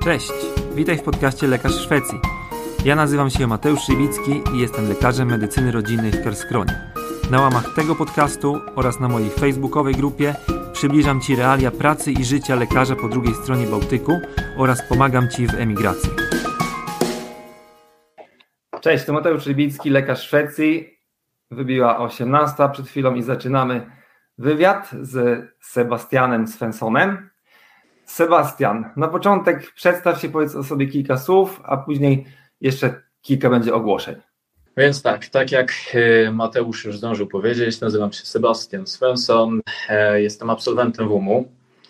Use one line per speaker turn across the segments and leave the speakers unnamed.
Cześć, witaj w podcaście Lekarz w Szwecji. Ja nazywam się Mateusz Szywicki i jestem lekarzem medycyny rodzinnej w Karlskronie. Na łamach tego podcastu oraz na mojej facebookowej grupie przybliżam Ci realia pracy i życia lekarza po drugiej stronie Bałtyku oraz pomagam Ci w emigracji. Cześć, to Mateusz Szywicki, lekarz w Szwecji. Wybiła 18 przed chwilą i zaczynamy wywiad z Sebastianem Svenssonem. Sebastian, na początek przedstaw się, powiedz o sobie kilka słów, a później jeszcze kilka będzie ogłoszeń.
Więc tak jak Mateusz już zdążył powiedzieć, nazywam się Sebastian Svensson, jestem absolwentem WUM-u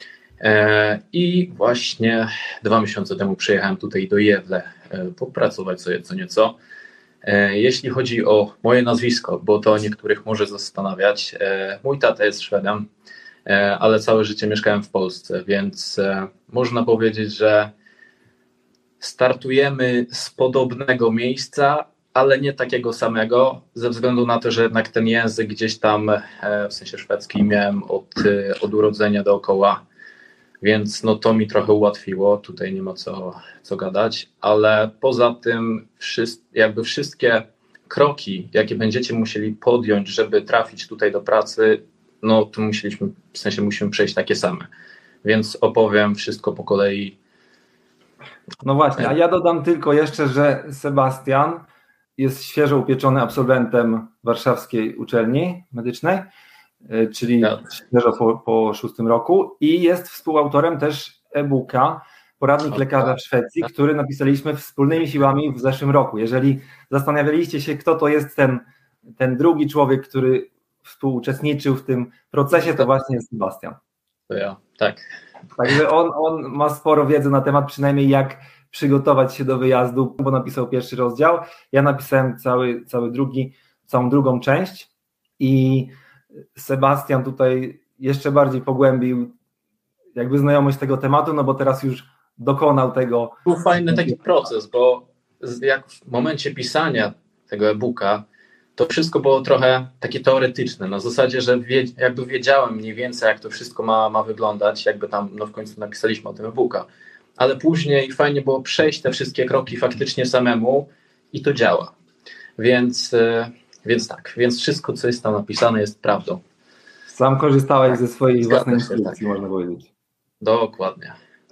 i właśnie 2 miesiące temu przyjechałem tutaj do Gävle popracować sobie co nieco. Jeśli chodzi o moje nazwisko, bo to niektórych może zastanawiać, mój tata jest Szwedem, ale całe życie mieszkałem w Polsce, więc można powiedzieć, że startujemy z podobnego miejsca, ale nie takiego samego, ze względu na to, że jednak ten język gdzieś tam, w sensie szwedzki, miałem od urodzenia dookoła, więc no to mi trochę ułatwiło, tutaj nie ma co gadać, ale poza tym jakby wszystkie kroki, jakie będziecie musieli podjąć, żeby trafić tutaj do pracy, no to musimy przejść takie same, więc opowiem wszystko po kolei.
No właśnie, a ja dodam tylko jeszcze, że Sebastian jest świeżo upieczony absolwentem Warszawskiej Uczelni Medycznej, czyli świeżo po 6 roku i jest współautorem też e-booka Poradnik lekarza w Szwecji, który napisaliśmy wspólnymi siłami w zeszłym roku. Jeżeli zastanawialiście się, kto to jest ten drugi człowiek, który współuczestniczył w tym procesie, to właśnie jest Sebastian.
To ja, tak.
Także on ma sporo wiedzy na temat przynajmniej jak przygotować się do wyjazdu, bo napisał pierwszy rozdział. Ja napisałem całą drugą część i Sebastian tutaj jeszcze bardziej pogłębił jakby znajomość tego tematu, no bo teraz już dokonał tego.
Był fajny taki proces, bo jak w momencie pisania tego e-booka, to wszystko było trochę takie teoretyczne, na zasadzie, że jakby wiedziałem mniej więcej, jak to wszystko ma wyglądać, jakby tam w końcu napisaliśmy o tym e-booka, ale później fajnie było przejść te wszystkie kroki faktycznie samemu i to działa, więc wszystko, co jest tam napisane, jest prawdą.
Sam korzystałeś ze swojej własnej instrukcji, można powiedzieć.
Dokładnie.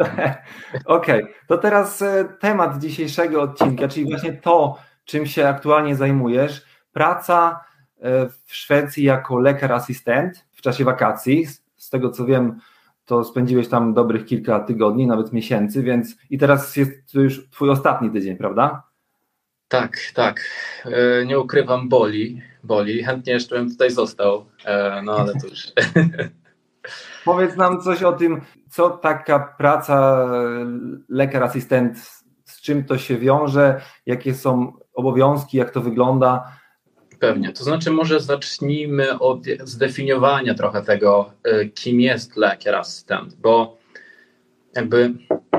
Okej, to teraz temat dzisiejszego odcinka, czyli właśnie to, czym się aktualnie zajmujesz. Praca w Szwecji jako lekar asystent w czasie wakacji. Z tego co wiem, to spędziłeś tam dobrych kilka tygodni, nawet miesięcy, więc i teraz jest to już twój ostatni tydzień, prawda?
Tak. Nie ukrywam, boli. Chętnie jeszcze bym tutaj został, no ale to już.
Powiedz nam coś o tym, co taka praca lekar asystent, z czym to się wiąże, jakie są obowiązki, jak to wygląda.
Pewnie, to znaczy może zacznijmy od zdefiniowania trochę tego, kim jest lekarz asystent, bo jakby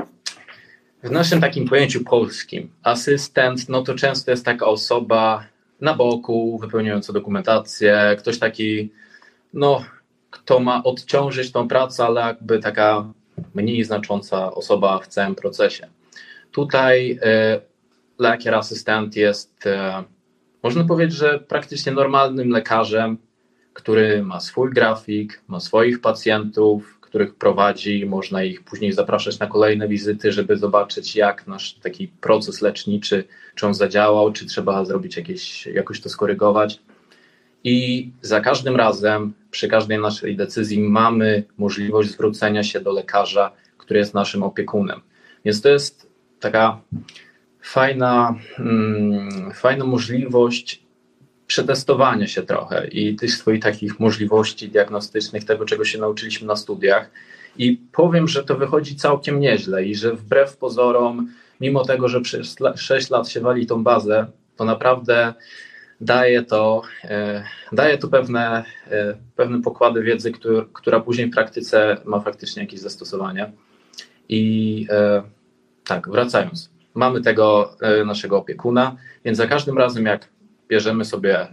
w naszym takim pojęciu polskim asystent, no to często jest taka osoba na boku, wypełniająca dokumentację, ktoś taki, no kto ma odciążyć tą pracę, ale jakby taka mniej znacząca osoba w całym procesie. Tutaj lekarz asystent jest, można powiedzieć, że praktycznie normalnym lekarzem, który ma swój grafik, ma swoich pacjentów, których prowadzi, można ich później zapraszać na kolejne wizyty, żeby zobaczyć, jak nasz taki proces leczniczy, czy on zadziałał, czy trzeba zrobić jakoś to skorygować. I za każdym razem, przy każdej naszej decyzji mamy możliwość zwrócenia się do lekarza, który jest naszym opiekunem. Więc to jest taka fajna możliwość przetestowania się trochę i tych swoich takich możliwości diagnostycznych, tego czego się nauczyliśmy na studiach. I powiem, że to wychodzi całkiem nieźle i że wbrew pozorom, mimo tego, że przez 6 lat się wali tą bazę, to naprawdę daje to pewne pokłady wiedzy, która później w praktyce ma faktycznie jakieś zastosowanie. I tak, wracając, mamy tego naszego opiekuna, więc za każdym razem jak bierzemy sobie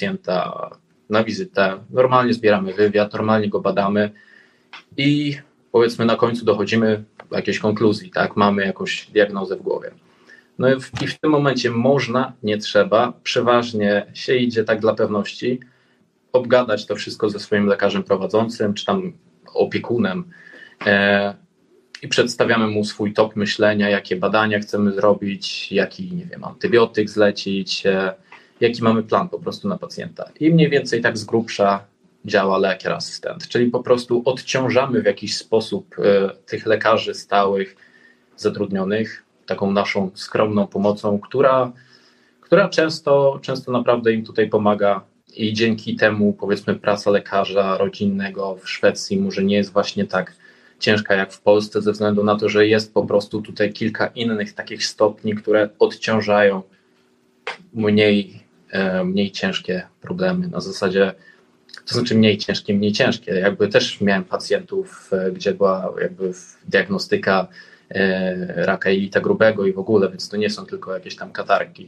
pacjenta na wizytę, normalnie zbieramy wywiad, normalnie go badamy i powiedzmy na końcu dochodzimy do jakiejś konkluzji, tak? Mamy jakąś diagnozę w głowie. No i w tym momencie można, nie trzeba, przeważnie się idzie tak dla pewności, obgadać to wszystko ze swoim lekarzem prowadzącym, czy tam opiekunem i przedstawiamy mu swój tok myślenia, jakie badania chcemy zrobić, jaki, nie wiem, antybiotyk zlecić, jaki mamy plan po prostu na pacjenta. I mniej więcej tak z grubsza działa lekarz asystent, czyli po prostu odciążamy w jakiś sposób tych lekarzy stałych, zatrudnionych, taką naszą skromną pomocą, która często naprawdę im tutaj pomaga i dzięki temu, powiedzmy, praca lekarza rodzinnego w Szwecji może nie jest właśnie tak ciężka jak w Polsce, ze względu na to, że jest po prostu tutaj kilka innych takich stopni, które odciążają mniej ciężkie problemy. Na zasadzie, to znaczy mniej ciężkie. Jakby też miałem pacjentów, gdzie była jakby diagnostyka raka jelita grubego i w ogóle, więc to nie są tylko jakieś tam katarki,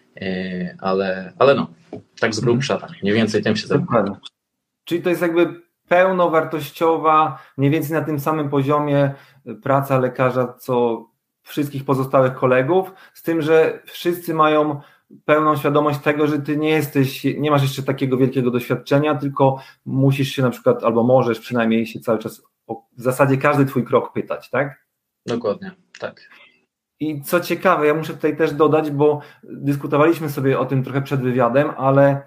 ale no, tak z grubsza, tak, mniej więcej tym się zajmuje.
Czyli to jest jakby pełnowartościowa, mniej więcej na tym samym poziomie praca lekarza, co wszystkich pozostałych kolegów, z tym, że wszyscy mają pełną świadomość tego, że ty nie masz jeszcze takiego wielkiego doświadczenia, tylko musisz się na przykład, albo możesz przynajmniej się cały czas w zasadzie każdy twój krok pytać, tak?
Dokładnie, tak.
I co ciekawe, ja muszę tutaj też dodać, bo dyskutowaliśmy sobie o tym trochę przed wywiadem, ale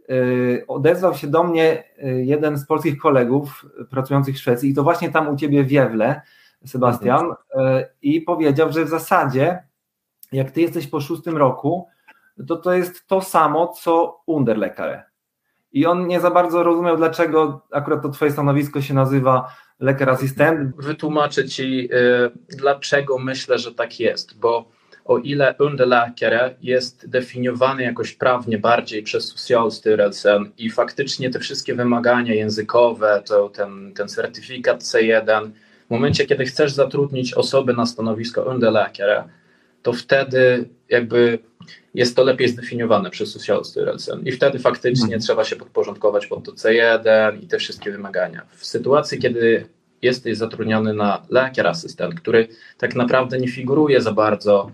odezwał się do mnie jeden z polskich kolegów pracujących w Szwecji i to właśnie tam u ciebie w Gävle, Sebastian, i powiedział, że w zasadzie jak ty jesteś po 6 roku, to jest to samo, co Underläkare. I on nie za bardzo rozumiał, dlaczego akurat to twoje stanowisko się nazywa lekarz asystent.
Wytłumaczę ci, dlaczego myślę, że tak jest, bo o ile Underläkare jest definiowany jakoś prawnie bardziej przez Socialstyrelsen i faktycznie te wszystkie wymagania językowe, to ten certyfikat C1, w momencie, kiedy chcesz zatrudnić osobę na stanowisko Underläkare, to wtedy jakby jest to lepiej zdefiniowane przez Socialstyrelsen i wtedy faktycznie trzeba się podporządkować pod to C1 i te wszystkie wymagania. W sytuacji, kiedy jesteś zatrudniony na lekarz asystent, który tak naprawdę nie figuruje za bardzo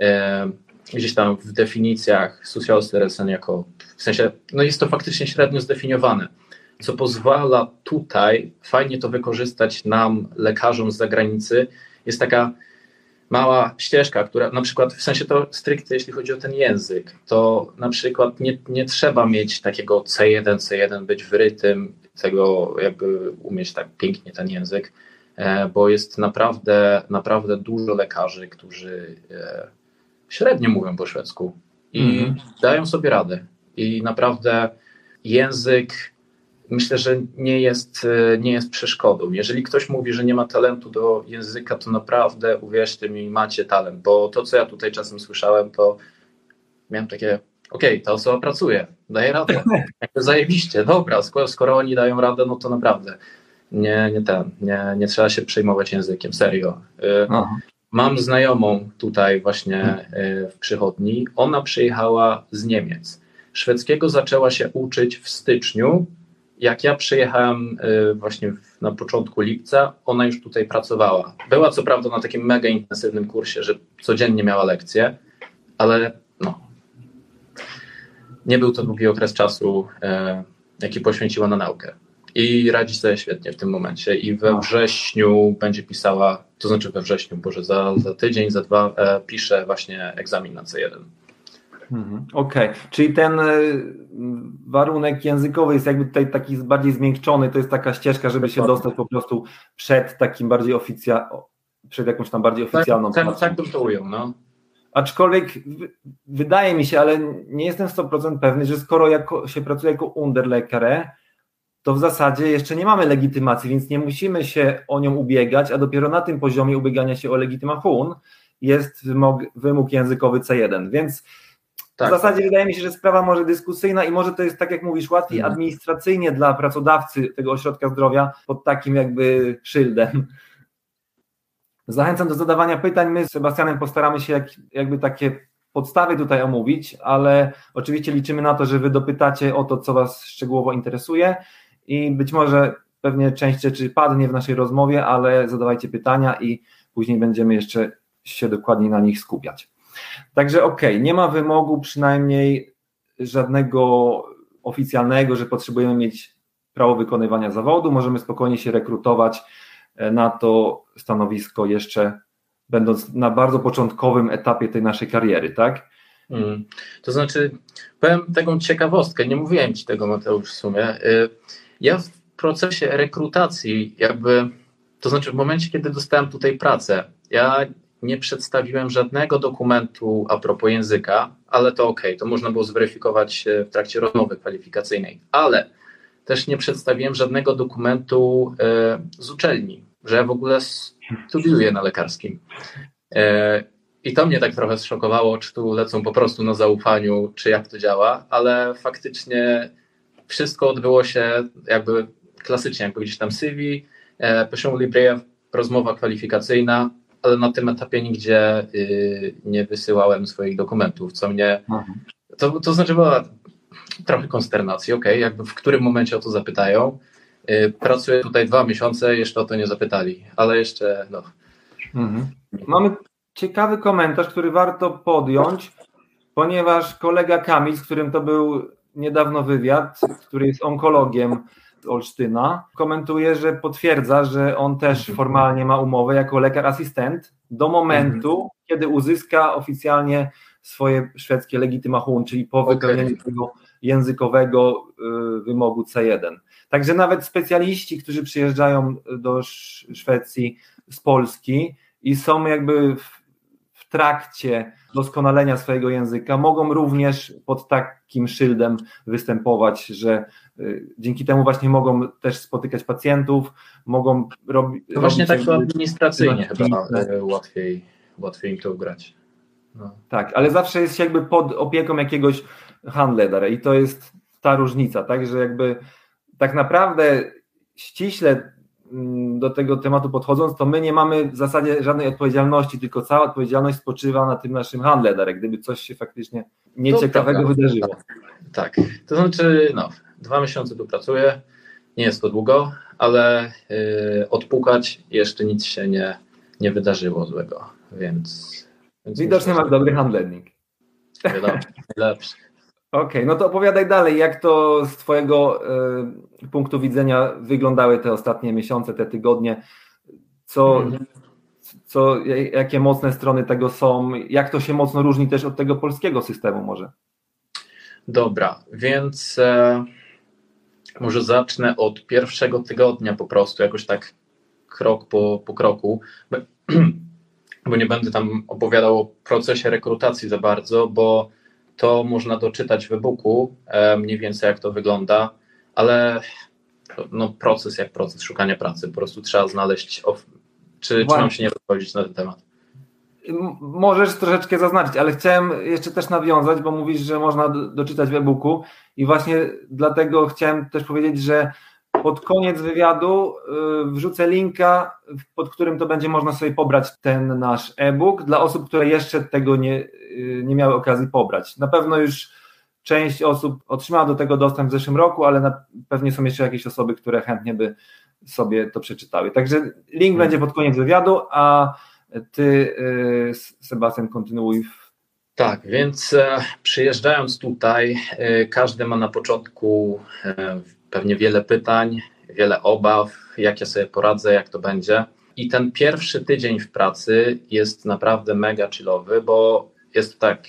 gdzieś tam w definicjach Socialstyrelsen jako, w sensie, no jest to faktycznie średnio zdefiniowane, co pozwala tutaj fajnie to wykorzystać nam, lekarzom z zagranicy. Jest taka mała ścieżka, która na przykład, w sensie to stricte jeśli chodzi o ten język, to na przykład nie trzeba mieć takiego C1, być wrytym, tego jakby umieć tak pięknie ten język, bo jest naprawdę dużo lekarzy, którzy średnio mówią po szwedzku i dają sobie radę. I naprawdę język, myślę, że nie jest przeszkodą. Jeżeli ktoś mówi, że nie ma talentu do języka, to naprawdę, uwierzcie mi, macie talent, bo to, co ja tutaj czasem słyszałem, to miałem takie, ta osoba pracuje, daje radę, jakby zajebiście, dobra, skoro oni dają radę, no to naprawdę nie trzeba się przejmować językiem, serio. Mam znajomą tutaj właśnie w przychodni, ona przyjechała z Niemiec. Szwedzkiego zaczęła się uczyć w styczniu. Jak ja przyjechałem właśnie na początku lipca, ona już tutaj pracowała. Była co prawda na takim mega intensywnym kursie, że codziennie miała lekcje, ale no, nie był to długi okres czasu, jaki poświęciła na naukę. I radzi sobie świetnie w tym momencie. I we wrześniu będzie pisała, to znaczy we wrześniu, Boże, za tydzień, za 2 pisze właśnie egzamin na C1.
Okej, czyli ten warunek językowy jest jakby tutaj taki bardziej zmiękczony, to jest taka ścieżka, żeby się dostać po prostu przed takim bardziej przed jakąś tam bardziej oficjalną
tak bym to ujął, no.
Aczkolwiek wydaje mi się, ale nie jestem 100% pewny, że skoro się pracuje jako Underläkare, to w zasadzie jeszcze nie mamy legitymacji, więc nie musimy się o nią ubiegać, a dopiero na tym poziomie ubiegania się o legitymation jest wymóg językowy C1, więc w zasadzie wydaje mi się, że sprawa może dyskusyjna i może to jest, tak jak mówisz, łatwiej administracyjnie dla pracodawcy tego ośrodka zdrowia pod takim jakby szyldem. Zachęcam do zadawania pytań. My z Sebastianem postaramy się jakby takie podstawy tutaj omówić, ale oczywiście liczymy na to, że wy dopytacie o to, co was szczegółowo interesuje i być może pewnie część rzeczy padnie w naszej rozmowie, ale zadawajcie pytania i później będziemy jeszcze się dokładniej na nich skupiać. Także nie ma wymogu przynajmniej żadnego oficjalnego, że potrzebujemy mieć prawo wykonywania zawodu, możemy spokojnie się rekrutować na to stanowisko jeszcze będąc na bardzo początkowym etapie tej naszej kariery, tak?
To znaczy, powiem taką ciekawostkę, nie mówiłem Ci tego, Mateusz, w sumie. Ja w procesie rekrutacji to znaczy w momencie, kiedy dostałem tutaj pracę, ja nie przedstawiłem żadnego dokumentu a propos języka, ale to to można było zweryfikować w trakcie rozmowy kwalifikacyjnej, ale też nie przedstawiłem żadnego dokumentu z uczelni, że ja w ogóle studiuję na lekarskim. I to mnie tak trochę zszokowało, czy tu lecą po prostu na zaufaniu, czy jak to działa, ale faktycznie wszystko odbyło się jakby klasycznie, jakby gdzieś tam CV, piszę Libriev, rozmowa kwalifikacyjna, ale na tym etapie nigdzie nie wysyłałem swoich dokumentów, co mnie, to znaczy była trochę konsternacji, jakby w którym momencie o to zapytają. Pracuję tutaj 2 miesiące, jeszcze o to nie zapytali, ale jeszcze
Mamy ciekawy komentarz, który warto podjąć, ponieważ kolega Kamil, z którym to był niedawno wywiad, który jest onkologiem z Olsztyna, komentuje, że potwierdza, że on też formalnie ma umowę jako lekar asystent do momentu, kiedy uzyska oficjalnie swoje szwedzkie legitymation, czyli po wypełnieniu tego językowego wymogu C1. Także nawet specjaliści, którzy przyjeżdżają do Szwecji z Polski i są jakby w trakcie doskonalenia swojego języka, mogą również pod takim szyldem występować, że dzięki temu właśnie mogą też spotykać pacjentów, mogą robić...
To właśnie tak to administracyjnie chyba łatwiej im to ugrać.
Tak, ale zawsze jest jakby pod opieką jakiegoś handledera i to jest ta różnica, tak, że jakby tak naprawdę ściśle do tego tematu podchodząc, to my nie mamy w zasadzie żadnej odpowiedzialności, tylko cała odpowiedzialność spoczywa na tym naszym handlerze, gdyby coś się faktycznie nieciekawego wydarzyło.
Tak, to znaczy 2 miesiące tu pracuję, nie jest to długo, ale odpukać jeszcze nic się nie wydarzyło złego, więc
widocznie masz dobry handling.
Najlepszy.
No to opowiadaj dalej, jak to z Twojego punktu widzenia wyglądały te ostatnie miesiące, te tygodnie, jakie mocne strony tego są, jak to się mocno różni też od tego polskiego systemu może?
Dobra, więc może zacznę od pierwszego tygodnia po prostu, jakoś tak krok po kroku, bo nie będę tam opowiadał o procesie rekrutacji za bardzo, bo to można doczytać w e-booku, mniej więcej jak to wygląda, ale proces jak proces szukania pracy, po prostu trzeba znaleźć, czy mam się nie rozpowiedzieć na ten temat.
Możesz troszeczkę zaznaczyć, ale chciałem jeszcze też nawiązać, bo mówisz, że można doczytać w e-booku i właśnie dlatego chciałem też powiedzieć, że pod koniec wywiadu wrzucę linka, pod którym to będzie można sobie pobrać ten nasz e-book dla osób, które jeszcze tego nie miały okazji pobrać. Na pewno już część osób otrzymała do tego dostęp w zeszłym roku, ale pewnie są jeszcze jakieś osoby, które chętnie by sobie to przeczytały. Także link będzie pod koniec wywiadu, a Ty, Sebastian, kontynuuj.
Tak, więc przyjeżdżając tutaj, każdy ma na początku pewnie wiele pytań, wiele obaw, jak ja sobie poradzę, jak to będzie. I ten pierwszy tydzień w pracy jest naprawdę mega chillowy, bo jest tak,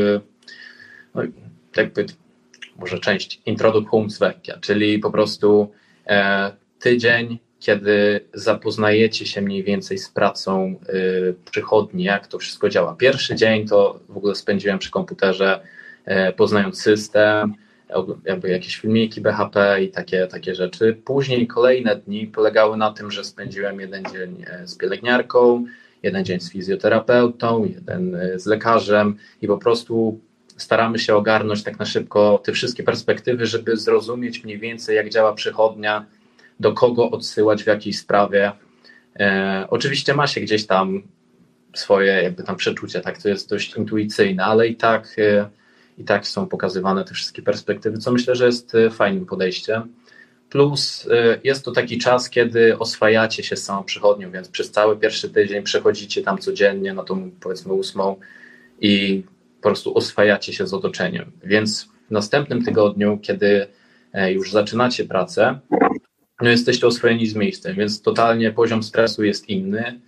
jakby może część introduktionsvecka, czyli po prostu tydzień, kiedy zapoznajecie się mniej więcej z pracą przychodni, jak to wszystko działa. Pierwszy dzień to w ogóle spędziłem przy komputerze, poznając system, jakby jakieś filmiki BHP i takie rzeczy. Później kolejne dni polegały na tym, że spędziłem jeden dzień z pielęgniarką, jeden dzień z fizjoterapeutą, jeden z lekarzem i po prostu staramy się ogarnąć tak na szybko te wszystkie perspektywy, żeby zrozumieć mniej więcej, jak działa przychodnia, do kogo odsyłać w jakiej sprawie. Oczywiście ma się gdzieś tam swoje jakby tam przeczucia, tak, to jest dość intuicyjne, ale i tak są pokazywane te wszystkie perspektywy, co myślę, że jest fajnym podejściem. plus jest to taki czas, kiedy oswajacie się z samą przychodnią, więc przez cały pierwszy tydzień przechodzicie tam codziennie na tą powiedzmy 8 i po prostu oswajacie się z otoczeniem, więc w następnym tygodniu, kiedy już zaczynacie pracę, no jesteście oswojeni z miejscem, więc totalnie poziom stresu jest inny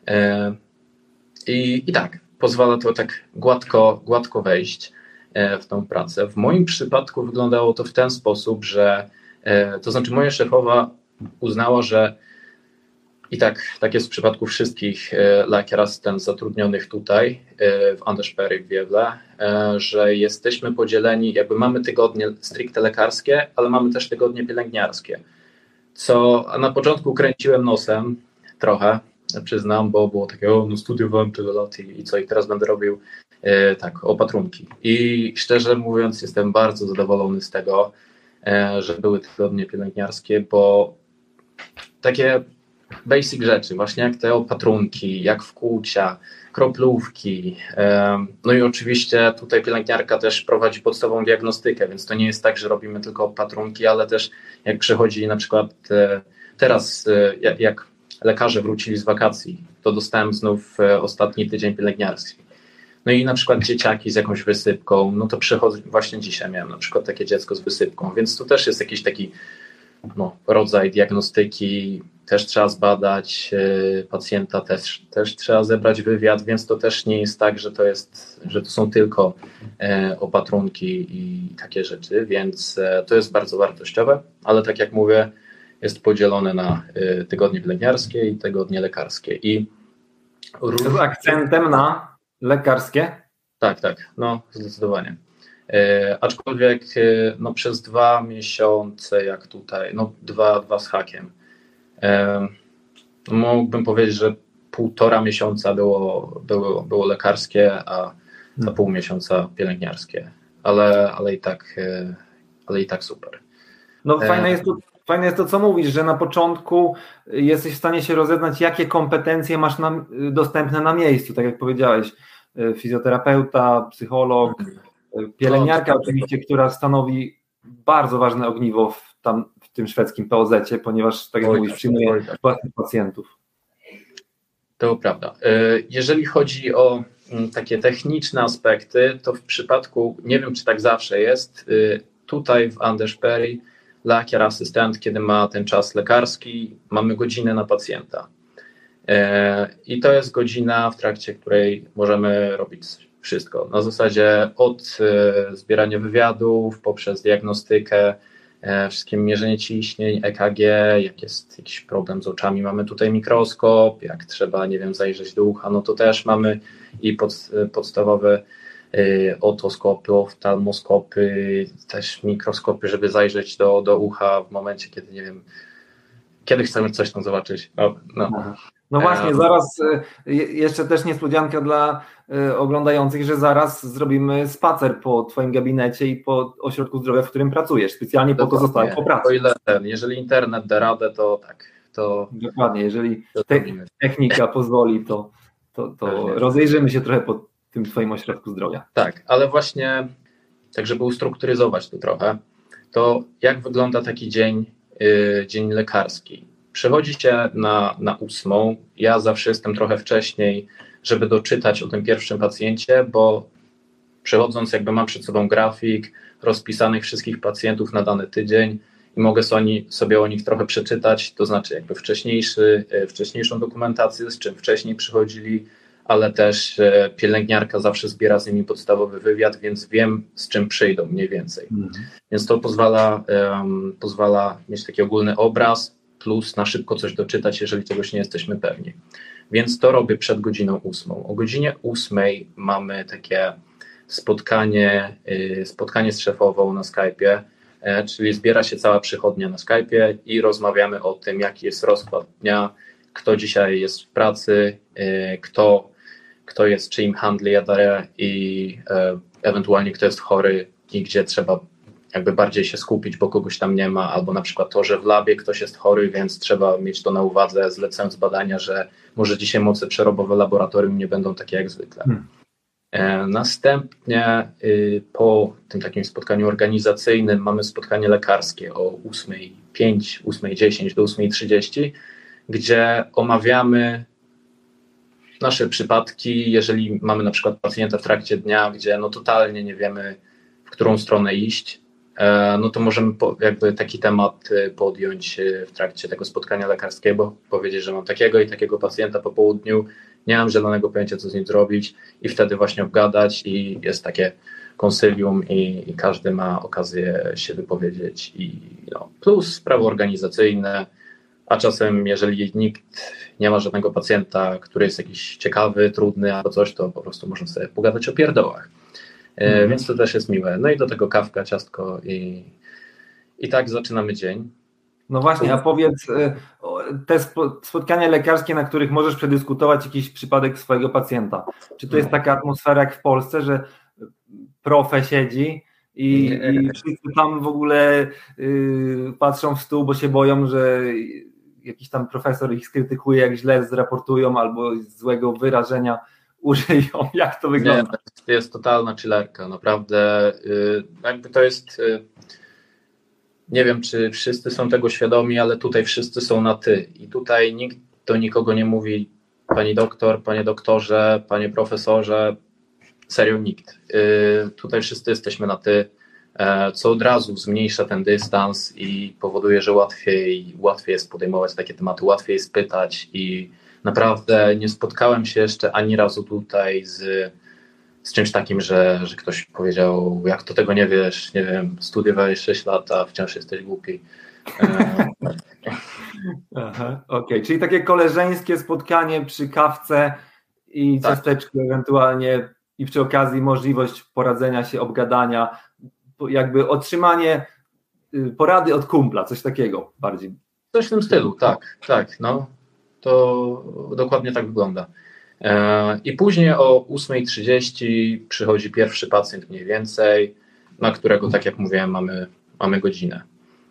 i tak, pozwala to tak gładko wejść w tą pracę. W moim przypadku wyglądało to w ten sposób, że to znaczy moja szefowa uznała, że i tak jest w przypadku wszystkich lakier asystent zatrudnionych tutaj w Anders Perry w Gävle, że jesteśmy podzieleni, jakby mamy tygodnie stricte lekarskie, ale mamy też tygodnie pielęgniarskie, co na początku kręciłem nosem trochę, przyznam, bo było takie, no studiowałem tyle lat i co, i teraz będę robił tak, opatrunki. I szczerze mówiąc jestem bardzo zadowolony z tego, że były tygodnie pielęgniarskie, bo takie basic rzeczy, właśnie jak te opatrunki, jak wkłucia, kroplówki, no i oczywiście tutaj pielęgniarka też prowadzi podstawową diagnostykę, więc to nie jest tak, że robimy tylko opatrunki, ale też jak przychodzi na przykład teraz, jak lekarze wrócili z wakacji, to dostałem znów ostatni tydzień pielęgniarski. No i na przykład dzieciaki z jakąś wysypką, no to przychodzą, właśnie dzisiaj miałem na przykład takie dziecko z wysypką, więc to też jest jakiś taki rodzaj diagnostyki, też trzeba zbadać pacjenta, też trzeba zebrać wywiad, więc to też nie jest tak, że to są tylko opatrunki i takie rzeczy, więc to jest bardzo wartościowe, ale tak jak mówię, jest podzielone na tygodnie pielęgniarskie i tygodnie lekarskie.
Z akcentem na lekarskie?
Tak, no zdecydowanie. Aczkolwiek no, przez 2 miesiące, jak tutaj, no 2 z hakiem, mógłbym powiedzieć, że 1,5 miesiąca było lekarskie, a pół miesiąca pielęgniarskie, ale i tak super.
No fajne jest to, co mówisz, że na początku jesteś w stanie się rozeznać, jakie kompetencje masz dostępne na miejscu, tak jak powiedziałeś, fizjoterapeuta, psycholog, pielęgniarka oczywiście, która stanowi bardzo ważne ogniwo w tym szwedzkim POZ-cie, ponieważ, tak jak mówisz, przyjmuje własnych pacjentów.
To prawda. Jeżeli chodzi o takie techniczne aspekty, to w przypadku, nie wiem czy tak zawsze jest, tutaj w Anders Perry lakier asystent, kiedy ma ten czas lekarski, mamy godzinę na pacjenta. I to jest godzina, w trakcie której możemy robić wszystko. Na zasadzie od zbierania wywiadów, poprzez diagnostykę, wszystkie mierzenie ciśnień, EKG, jak jest jakiś problem z oczami, mamy tutaj mikroskop, jak trzeba, nie wiem, zajrzeć do ucha, no to też mamy i podstawowe otoskopy, oftalmoskopy, też mikroskopy, żeby zajrzeć do ucha w momencie, kiedy, nie wiem, kiedy chcemy coś tam zobaczyć.
No właśnie, zaraz jeszcze też niespodzianka dla oglądających, że zaraz zrobimy spacer po twoim gabinecie i po ośrodku zdrowia, w którym pracujesz. Specjalnie po to zostałem po pracy.
O ile jeżeli internet da radę, to tak.
Dokładnie, jeżeli technika pozwoli, to rozejrzymy się trochę po tym twoim ośrodku zdrowia.
Tak, ale właśnie tak, żeby ustrukturyzować to trochę, to jak wygląda taki dzień lekarski? Przechodzi się na 8. Ja zawsze jestem trochę wcześniej, żeby doczytać o tym pierwszym pacjencie, bo przechodząc jakby mam przed sobą grafik rozpisanych wszystkich pacjentów na dany tydzień i mogę sobie o nich trochę przeczytać, to znaczy jakby wcześniejszą dokumentację, z czym wcześniej przychodzili, ale też pielęgniarka zawsze zbiera z nimi podstawowy wywiad, więc wiem, z czym przyjdą mniej więcej. Więc to pozwala mieć taki ogólny obraz, plus na szybko coś doczytać, jeżeli czegoś nie jesteśmy pewni. Więc to robię przed godziną 8. O godzinie 8 mamy takie spotkanie z szefową na Skype'ie, czyli zbiera się cała przychodnia na Skype'ie i rozmawiamy o tym, jaki jest rozkład dnia, kto dzisiaj jest w pracy, kto jest czyim handli jadare i ewentualnie kto jest chory i gdzie trzeba jakby bardziej się skupić, bo kogoś tam nie ma, albo na przykład to, że w labie ktoś jest chory, więc trzeba mieć to na uwadze, zlecając badania, że może dzisiaj moce przerobowe laboratorium nie będą takie jak zwykle. Następnie po tym takim spotkaniu organizacyjnym mamy spotkanie lekarskie o 8:05, 8:10 do 8:30, gdzie omawiamy nasze przypadki. Jeżeli mamy na przykład pacjenta w trakcie dnia, gdzie no totalnie nie wiemy, w którą stronę iść, no to możemy jakby taki temat podjąć w trakcie tego spotkania lekarskiego, powiedzieć, że mam takiego i takiego pacjenta po południu, nie mam żadnego pojęcia, co z nim zrobić, i wtedy właśnie obgadać, i jest takie konsylium i każdy ma okazję się wypowiedzieć, i no, plus sprawy organizacyjne, a czasem jeżeli nikt nie ma żadnego pacjenta, który jest jakiś ciekawy, trudny albo coś, to po prostu można sobie pogadać o pierdołach. Więc to też jest miłe. No i do tego kawka, ciastko i tak zaczynamy dzień.
No właśnie, a powiedz, te spotkania lekarskie, na których możesz przedyskutować jakiś przypadek swojego pacjenta, czy to jest taka atmosfera jak w Polsce, że profe siedzi i wszyscy tam w ogóle patrzą w stół, bo się boją, że jakiś tam profesor ich skrytykuje, jak źle zraportują albo złego wyrażenia użyją? Jak to wygląda?
Nie, to jest totalna chillerka, naprawdę. Jakby to jest... Nie wiem, czy wszyscy są tego świadomi, ale tutaj wszyscy są na ty. I tutaj nikt do nikogo nie mówi pani doktor, panie doktorze, panie profesorze. Serio nikt. Tutaj wszyscy jesteśmy na ty, co od razu zmniejsza ten dystans i powoduje, że łatwiej jest podejmować takie tematy, łatwiej jest pytać, i naprawdę nie spotkałem się jeszcze ani razu tutaj z czymś takim, że ktoś powiedział, jak to tego nie wiesz, nie wiem, studiowałeś 6 lat, a wciąż jesteś głupi.
Okej, czyli takie koleżeńskie spotkanie przy kawce i ciasteczku ewentualnie, i przy okazji możliwość poradzenia się, obgadania, jakby otrzymanie porady od kumpla, coś takiego bardziej.
Coś w tym stylu, tak, no to dokładnie tak wygląda. I później o 8:30 przychodzi pierwszy pacjent mniej więcej, na którego, tak jak mówiłem, mamy godzinę.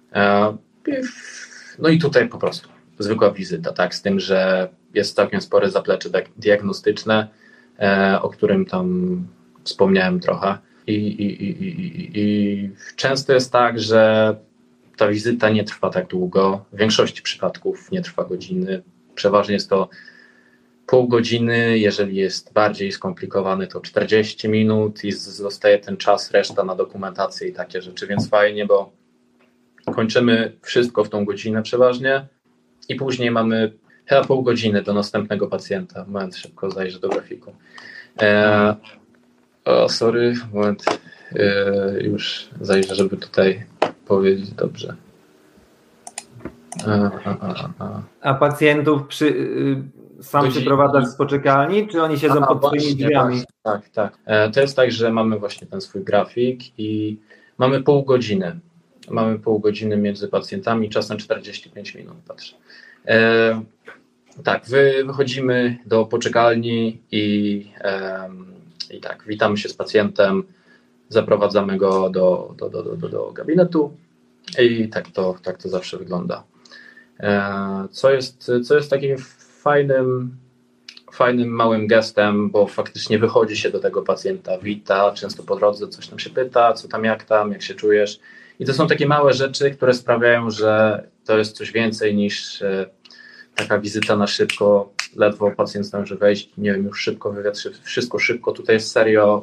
No i tutaj po prostu zwykła wizyta, tak, z tym, że jest całkiem spore zaplecze diagnostyczne, o którym tam wspomniałem trochę. I często jest tak, że ta wizyta nie trwa tak długo. W większości przypadków nie trwa godziny. Przeważnie jest to pół godziny, jeżeli jest bardziej skomplikowany, to 40 minut i zostaje ten czas, reszta na dokumentację i takie rzeczy, więc fajnie, bo kończymy wszystko w tą godzinę przeważnie i później mamy chyba pół godziny do następnego pacjenta. Moment, szybko zajrzę do grafiku. Moment, już zajrzę, żeby tutaj powiedzieć dobrze.
A pacjentów sam przyprowadzasz z poczekalni, czy oni siedzą pod twoimi drzwiami?
Tak. To jest tak, że mamy właśnie ten swój grafik i mamy pół godziny. Mamy pół godziny między pacjentami, czasem 45 minut, patrzę. Tak, wychodzimy do poczekalni i tak, witamy się z pacjentem, zaprowadzamy go do gabinetu i tak to zawsze wygląda. Co jest takim fajnym małym gestem, bo faktycznie wychodzi się do tego pacjenta, wita, często po drodze coś tam się pyta, co tam, jak się czujesz. I to są takie małe rzeczy, które sprawiają, że to jest coś więcej niż taka wizyta na szybko, ledwo pacjent zdąży wejść, nie wiem, już szybko wywiad, wszystko szybko. Tutaj jest serio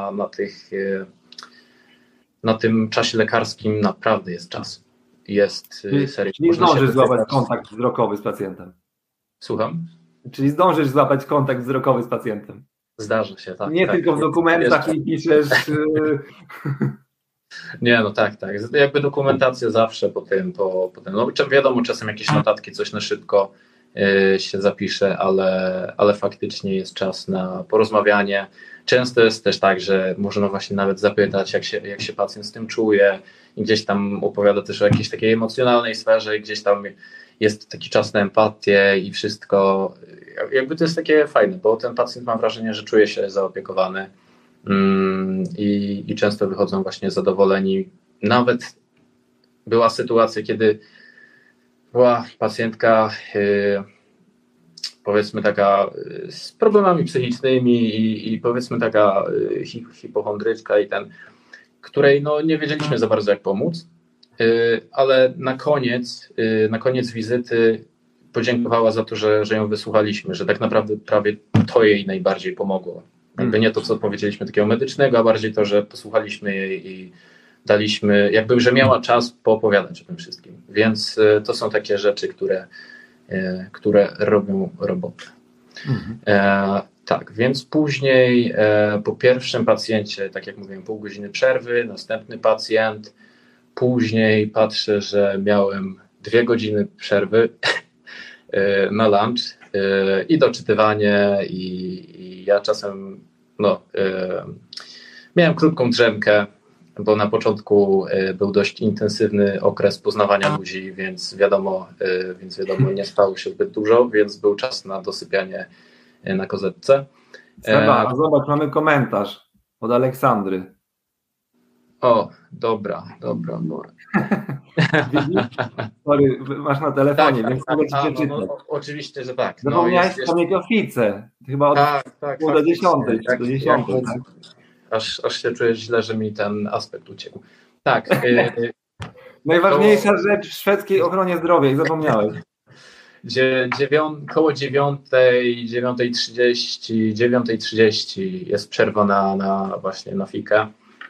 na tym czasie lekarskim naprawdę jest czas. Jest serio.
Czyli zdążysz złapać kontakt wzrokowy z pacjentem.
Słucham?
Czyli zdążysz złapać kontakt wzrokowy z pacjentem.
Zdarza się, tak.
Nie
tak,
tylko w dokumentach i piszesz...
Nie, no tak. Jakby dokumentacja zawsze po tym. No wiadomo, czasem jakieś notatki, coś na szybko się zapisze, ale faktycznie jest czas na porozmawianie. Często jest też tak, że można właśnie nawet zapytać, jak się pacjent z tym czuje, i gdzieś tam opowiada też o jakiejś takiej emocjonalnej sferze, i gdzieś tam jest taki czas na empatię i wszystko. Jakby to jest takie fajne, bo ten pacjent, mam wrażenie, że czuje się zaopiekowany i często wychodzą właśnie zadowoleni. Nawet była sytuacja, kiedy była pacjentka, powiedzmy taka z problemami psychicznymi i powiedzmy taka hipochondryczka której no nie wiedzieliśmy za bardzo jak pomóc, ale na koniec wizyty podziękowała za to, że ją wysłuchaliśmy, że tak naprawdę prawie to jej najbardziej pomogło. Jakby nie to, co powiedzieliśmy takiego medycznego, a bardziej to, że posłuchaliśmy jej i daliśmy, jakby, że miała czas poopowiadać o tym wszystkim. Więc to są takie rzeczy, które robią robotę. Tak, więc później po pierwszym pacjencie, tak jak mówiłem, pół godziny przerwy, następny pacjent, później patrzę, że miałem 2 godziny przerwy na lunch i doczytywanie i ja czasem miałem krótką drzemkę, bo na początku był dość intensywny okres poznawania ludzi, więc wiadomo, nie stało się zbyt dużo, więc był czas na dosypianie na kozetce.
Seba, zobacz, mamy komentarz od Aleksandry.
O, dobra.
Sorry, masz na telefonie, więc mogę ci przeczytać.
No, oczywiście, że tak.
Zapomniałeś wspomnieć o Fice. Chyba od do 10.
Aż się czuję źle, że mi ten aspekt uciekł. Tak.
Najważniejsza rzecz w szwedzkiej ochronie zdrowia i zapomniałeś.
Koło 9:30 jest przerwa właśnie na fikę.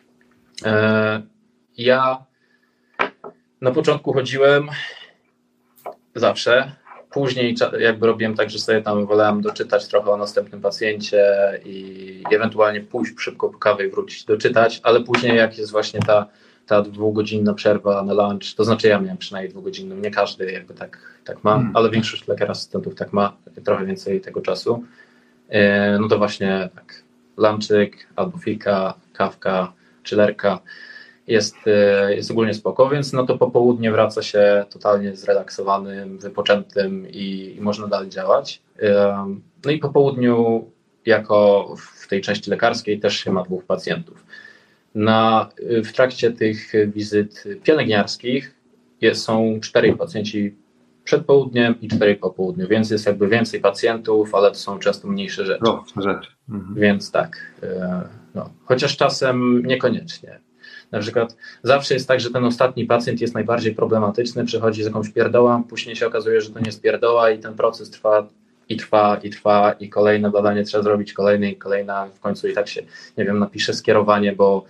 Ja na początku chodziłem zawsze, później jakby robiłem tak, że sobie tam wolałem doczytać trochę o następnym pacjencie i ewentualnie pójść szybko po kawę i wrócić doczytać, ale później jak jest właśnie ta 2-godzinna przerwa na lunch, to znaczy ja miałem przynajmniej 2-godzinną, nie każdy jakby tak ma, ale większość lekarzy asystentów tak ma, trochę więcej tego czasu, no to właśnie tak, lunchik albo fika, kawka, chillerka jest ogólnie spoko, więc no to po południe wraca się totalnie zrelaksowanym, wypoczętym i można dalej działać. No i po południu jako w tej części lekarskiej też się ma 2 pacjentów. W trakcie tych wizyt pielęgniarskich są 4 pacjenci przed południem i 4 po południu, więc jest jakby więcej pacjentów, ale to są często mniejsze rzeczy. Więc tak, chociaż czasem niekoniecznie. Na przykład zawsze jest tak, że ten ostatni pacjent jest najbardziej problematyczny, przychodzi z jakąś pierdołą, później się okazuje, że to nie jest pierdoła i ten proces trwa i kolejne badanie trzeba zrobić, kolejna, w końcu i tak się, nie wiem, napisze skierowanie, bo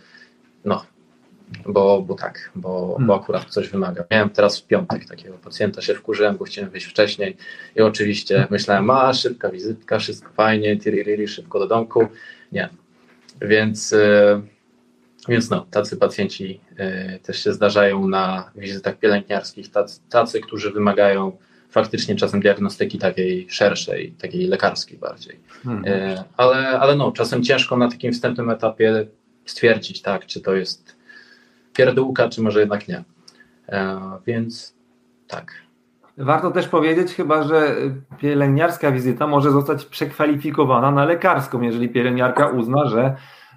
akurat coś wymaga. Miałem teraz w piątek takiego pacjenta, się wkurzyłem, bo chciałem wyjść wcześniej i oczywiście myślałem, szybka wizytka, wszystko fajnie, szybko do domku. Nie. Więc tacy pacjenci też się zdarzają na wizytach pielęgniarskich, tacy, którzy wymagają faktycznie czasem diagnostyki takiej szerszej, takiej lekarskiej bardziej. Ale czasem ciężko na takim wstępnym etapie stwierdzić, tak, czy to jest pierdółka, czy może jednak nie. Więc tak.
Warto też powiedzieć chyba, że pielęgniarska wizyta może zostać przekwalifikowana na lekarską, jeżeli pielęgniarka uzna, że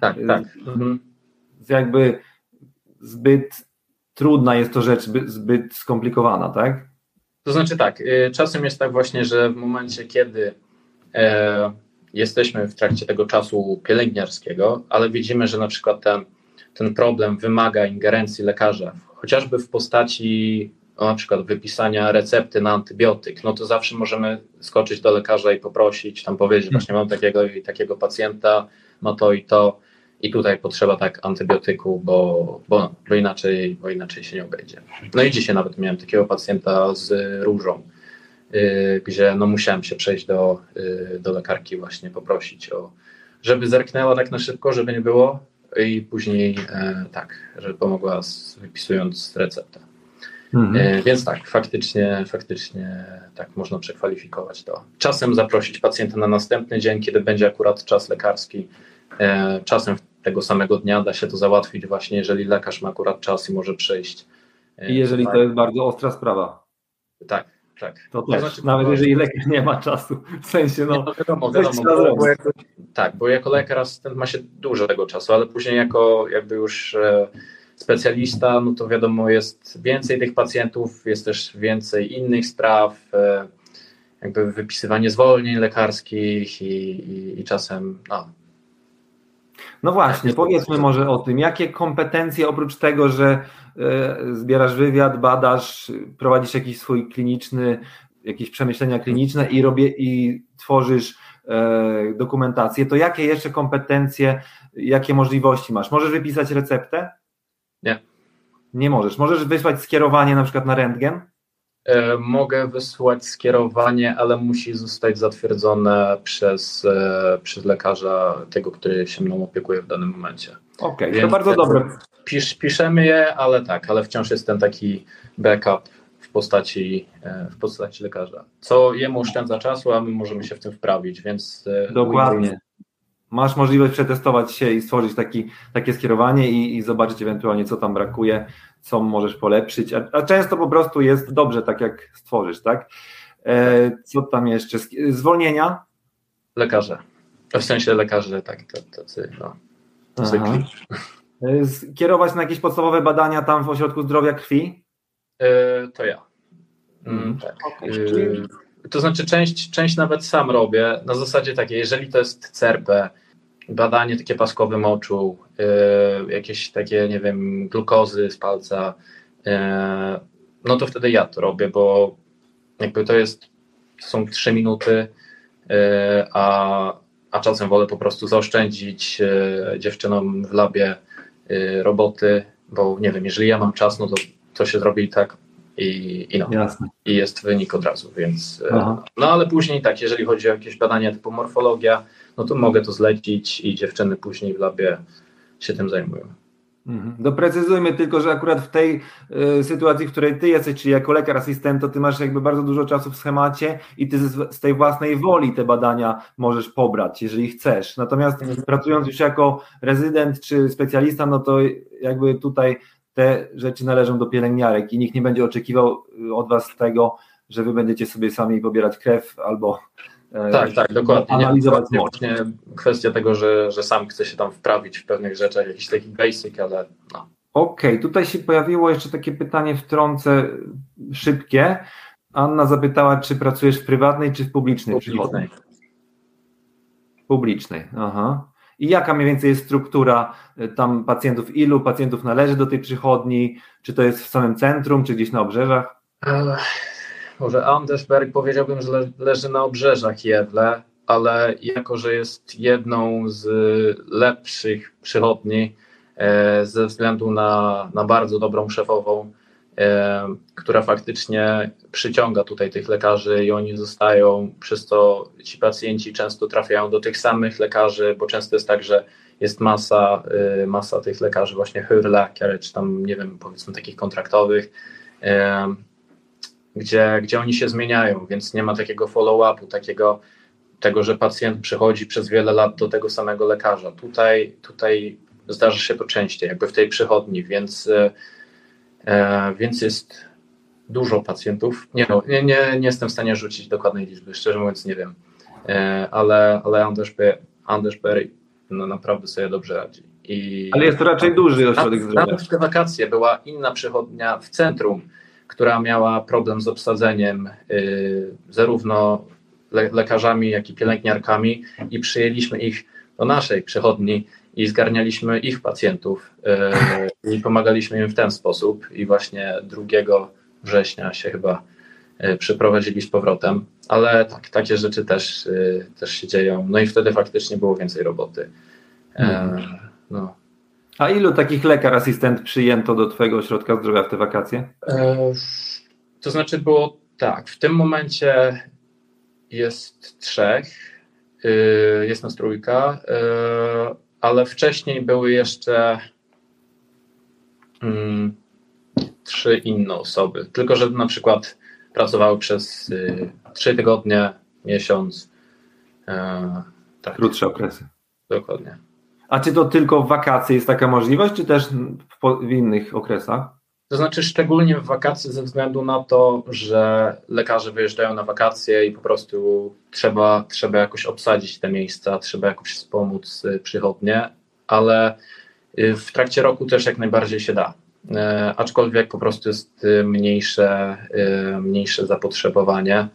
jakby zbyt trudna jest to rzecz, zbyt skomplikowana, tak?
To znaczy tak, czasem jest tak właśnie, że w momencie, kiedy jesteśmy w trakcie tego czasu pielęgniarskiego, ale widzimy, że na przykład ten problem wymaga ingerencji lekarza, chociażby w postaci na przykład wypisania recepty na antybiotyk, no to zawsze możemy skoczyć do lekarza i poprosić, tam powiedzieć, właśnie mam takiego i takiego pacjenta, ma to i tutaj potrzeba antybiotyku, bo inaczej się nie obejdzie. No i dzisiaj nawet miałem takiego pacjenta z różą, gdzie musiałem się przejść do lekarki właśnie poprosić żeby zerknęła tak na szybko, żeby nie było i później żeby pomogła wypisując receptę. Więc tak, faktycznie tak można przekwalifikować to. Czasem zaprosić pacjenta na następny dzień, kiedy będzie akurat czas lekarski. Czasem tego samego dnia da się to załatwić właśnie, jeżeli lekarz ma akurat czas i może przyjść.
I jeżeli to jest bardzo ostra sprawa.
Tak.
To też, znaczy, nawet jeżeli lekarz nie ma czasu, w sensie
wiadomo, bo jako lekarz asystent ma się dużo tego czasu, ale później jako jakby już specjalista, no to wiadomo, jest więcej tych pacjentów, jest też więcej innych spraw, jakby wypisywanie zwolnień lekarskich i czasem
No właśnie, powiedzmy może o tym, jakie kompetencje oprócz tego, że zbierasz wywiad, badasz, prowadzisz jakiś swój kliniczny, jakieś przemyślenia kliniczne i tworzysz dokumentację, to jakie jeszcze kompetencje, jakie możliwości masz? Możesz wypisać receptę?
Nie.
Nie możesz. Możesz wysłać skierowanie na przykład na rentgen?
Mogę wysłać skierowanie, ale musi zostać zatwierdzone przez lekarza, tego, który się mną opiekuje w danym momencie.
Okej, to bardzo dobre.
Piszemy je, ale wciąż jest ten taki backup w postaci lekarza, co jemu oszczędza czasu, a my możemy się w tym wprawić, więc...
Dokładnie. Masz możliwość przetestować się i stworzyć takie skierowanie i zobaczyć ewentualnie, co tam brakuje, co możesz polepszyć, a często po prostu jest dobrze tak, jak stworzysz, tak? Co tam jeszcze? Zwolnienia?
Lekarze. W sensie lekarze, tak, tacy,
Kierować na jakieś podstawowe badania tam w Ośrodku Zdrowia Krwi?
To ja. Tak. To znaczy część nawet sam robię, na zasadzie takiej, jeżeli to jest CERP, badanie takie paskowe moczu, jakieś takie, nie wiem, glukozy z palca, no to wtedy ja to robię, bo jakby to są 3 minuty, a czasem wolę po prostu zaoszczędzić dziewczynom w labie roboty, bo nie wiem, jeżeli ja mam czas, no to się zrobi i tak i jest wynik od razu, więc no ale później tak, jeżeli chodzi o jakieś badania typu morfologia, no to mogę to zlecić i dziewczyny później w labie się tym zajmują.
Doprecyzujmy tylko, że akurat w tej sytuacji, w której ty jesteś, czyli jako lekar asystent, to ty masz jakby bardzo dużo czasu w schemacie i ty z tej własnej woli te badania możesz pobrać, jeżeli chcesz. Natomiast pracując już jako rezydent czy specjalista, no to jakby tutaj te rzeczy należą do pielęgniarek i nikt nie będzie oczekiwał od was tego, że wy będziecie sobie sami pobierać krew albo
tak, dokładnie.
analizować moc.
Kwestia tego, że sam chce się tam wprawić w pewnych rzeczach, jakiś taki basic, ale no.
Okej, tutaj się pojawiło jeszcze takie pytanie, wtrącę szybkie. Anna zapytała, czy pracujesz w prywatnej, czy w publicznej? Publicznej, aha. I jaka mniej więcej jest struktura tam pacjentów? Ilu pacjentów należy do tej przychodni? Czy to jest w samym centrum, czy gdzieś na obrzeżach?
Może Andersberg powiedziałbym, że leży na obrzeżach Jewle, ale jako, że jest jedną z lepszych przychodni ze względu na bardzo dobrą szefową, która faktycznie przyciąga tutaj tych lekarzy i oni zostają, przez to ci pacjenci często trafiają do tych samych lekarzy, bo często jest tak, że jest masa tych lekarzy właśnie hyrläkare, czy tam, nie wiem, powiedzmy takich kontraktowych, gdzie oni się zmieniają, więc nie ma takiego follow-upu, tego, że pacjent przychodzi przez wiele lat do tego samego lekarza. Tutaj zdarza się to częściej, jakby w tej przychodni, więc jest dużo pacjentów. Nie jestem w stanie rzucić dokładnej liczby, szczerze mówiąc nie wiem, ale Andersberg no, naprawdę sobie dobrze radzi.
Ale jest to raczej duży ośrodek zdrowia.
Nawet w te wakacje była inna przychodnia w centrum, która miała problem z obsadzeniem zarówno lekarzami, jak i pielęgniarkami i przyjęliśmy ich do naszej przychodni i zgarnialiśmy ich pacjentów i pomagaliśmy im w ten sposób i właśnie 2 września się chyba przyprowadzili z powrotem, ale tak, takie rzeczy też się dzieją, no i wtedy faktycznie było więcej roboty. No.
A ilu takich lekar asystent przyjęto do twojego ośrodka zdrowia w te wakacje?
To znaczy było tak, w tym momencie jest 3, jest nas 3, ale wcześniej były jeszcze 3 inne osoby, tylko że na przykład pracowały przez 3 tygodnie, miesiąc. Tak.
Krótsze okresy.
Dokładnie.
A czy to tylko w wakacje jest taka możliwość, czy też w innych okresach?
To znaczy szczególnie w wakacje ze względu na to, że lekarze wyjeżdżają na wakacje i po prostu trzeba jakoś obsadzić te miejsca, trzeba jakoś wspomóc przychodnie, ale w trakcie roku też jak najbardziej się da. Aczkolwiek po prostu jest mniejsze zapotrzebowanie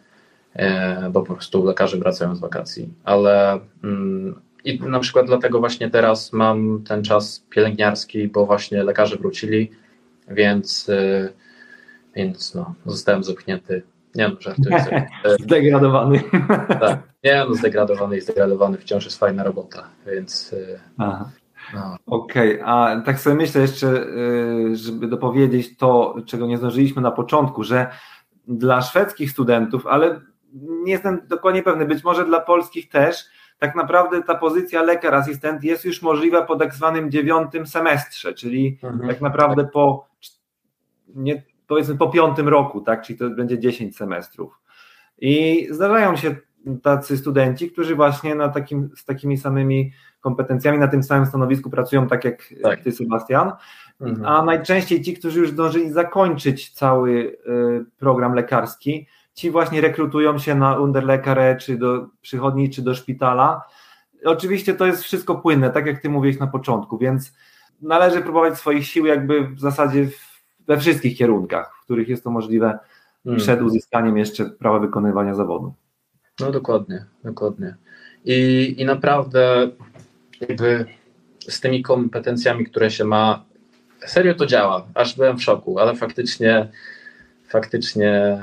bo po prostu lekarze wracają z wakacji. Ale i na przykład dlatego właśnie teraz mam ten czas pielęgniarski, bo właśnie lekarze wrócili, więc no, zostałem zepchnięty. Nie no, żartuję sobie.
Zdegradowany.
Tak, nie no, zdegradowany, wciąż jest fajna robota, więc
Aha.
no.
Okej, a tak sobie myślę jeszcze, żeby dopowiedzieć to, czego nie zdążyliśmy na początku, że dla szwedzkich studentów, ale nie jestem dokładnie pewny, być może dla polskich też, tak naprawdę ta pozycja lekar asystent jest już możliwa po tak zwanym 9. semestrze, czyli tak naprawdę powiedzmy po 5. roku, tak, czyli to będzie 10 semestrów. I zdarzają się tacy studenci, którzy właśnie z takimi samymi kompetencjami na tym samym stanowisku pracują, tak jak ty, Sebastian, a najczęściej ci, którzy już zdążyli zakończyć cały program lekarski, ci właśnie rekrutują się na Underlekarę, czy do przychodni, czy do szpitala. Oczywiście to jest wszystko płynne, tak jak ty mówiłeś na początku, więc należy próbować swoich sił jakby w zasadzie we wszystkich kierunkach, w których jest to możliwe przed uzyskaniem jeszcze prawa wykonywania zawodu.
No dokładnie. I naprawdę jakby z tymi kompetencjami, które się ma, serio to działa, aż byłem w szoku, ale faktycznie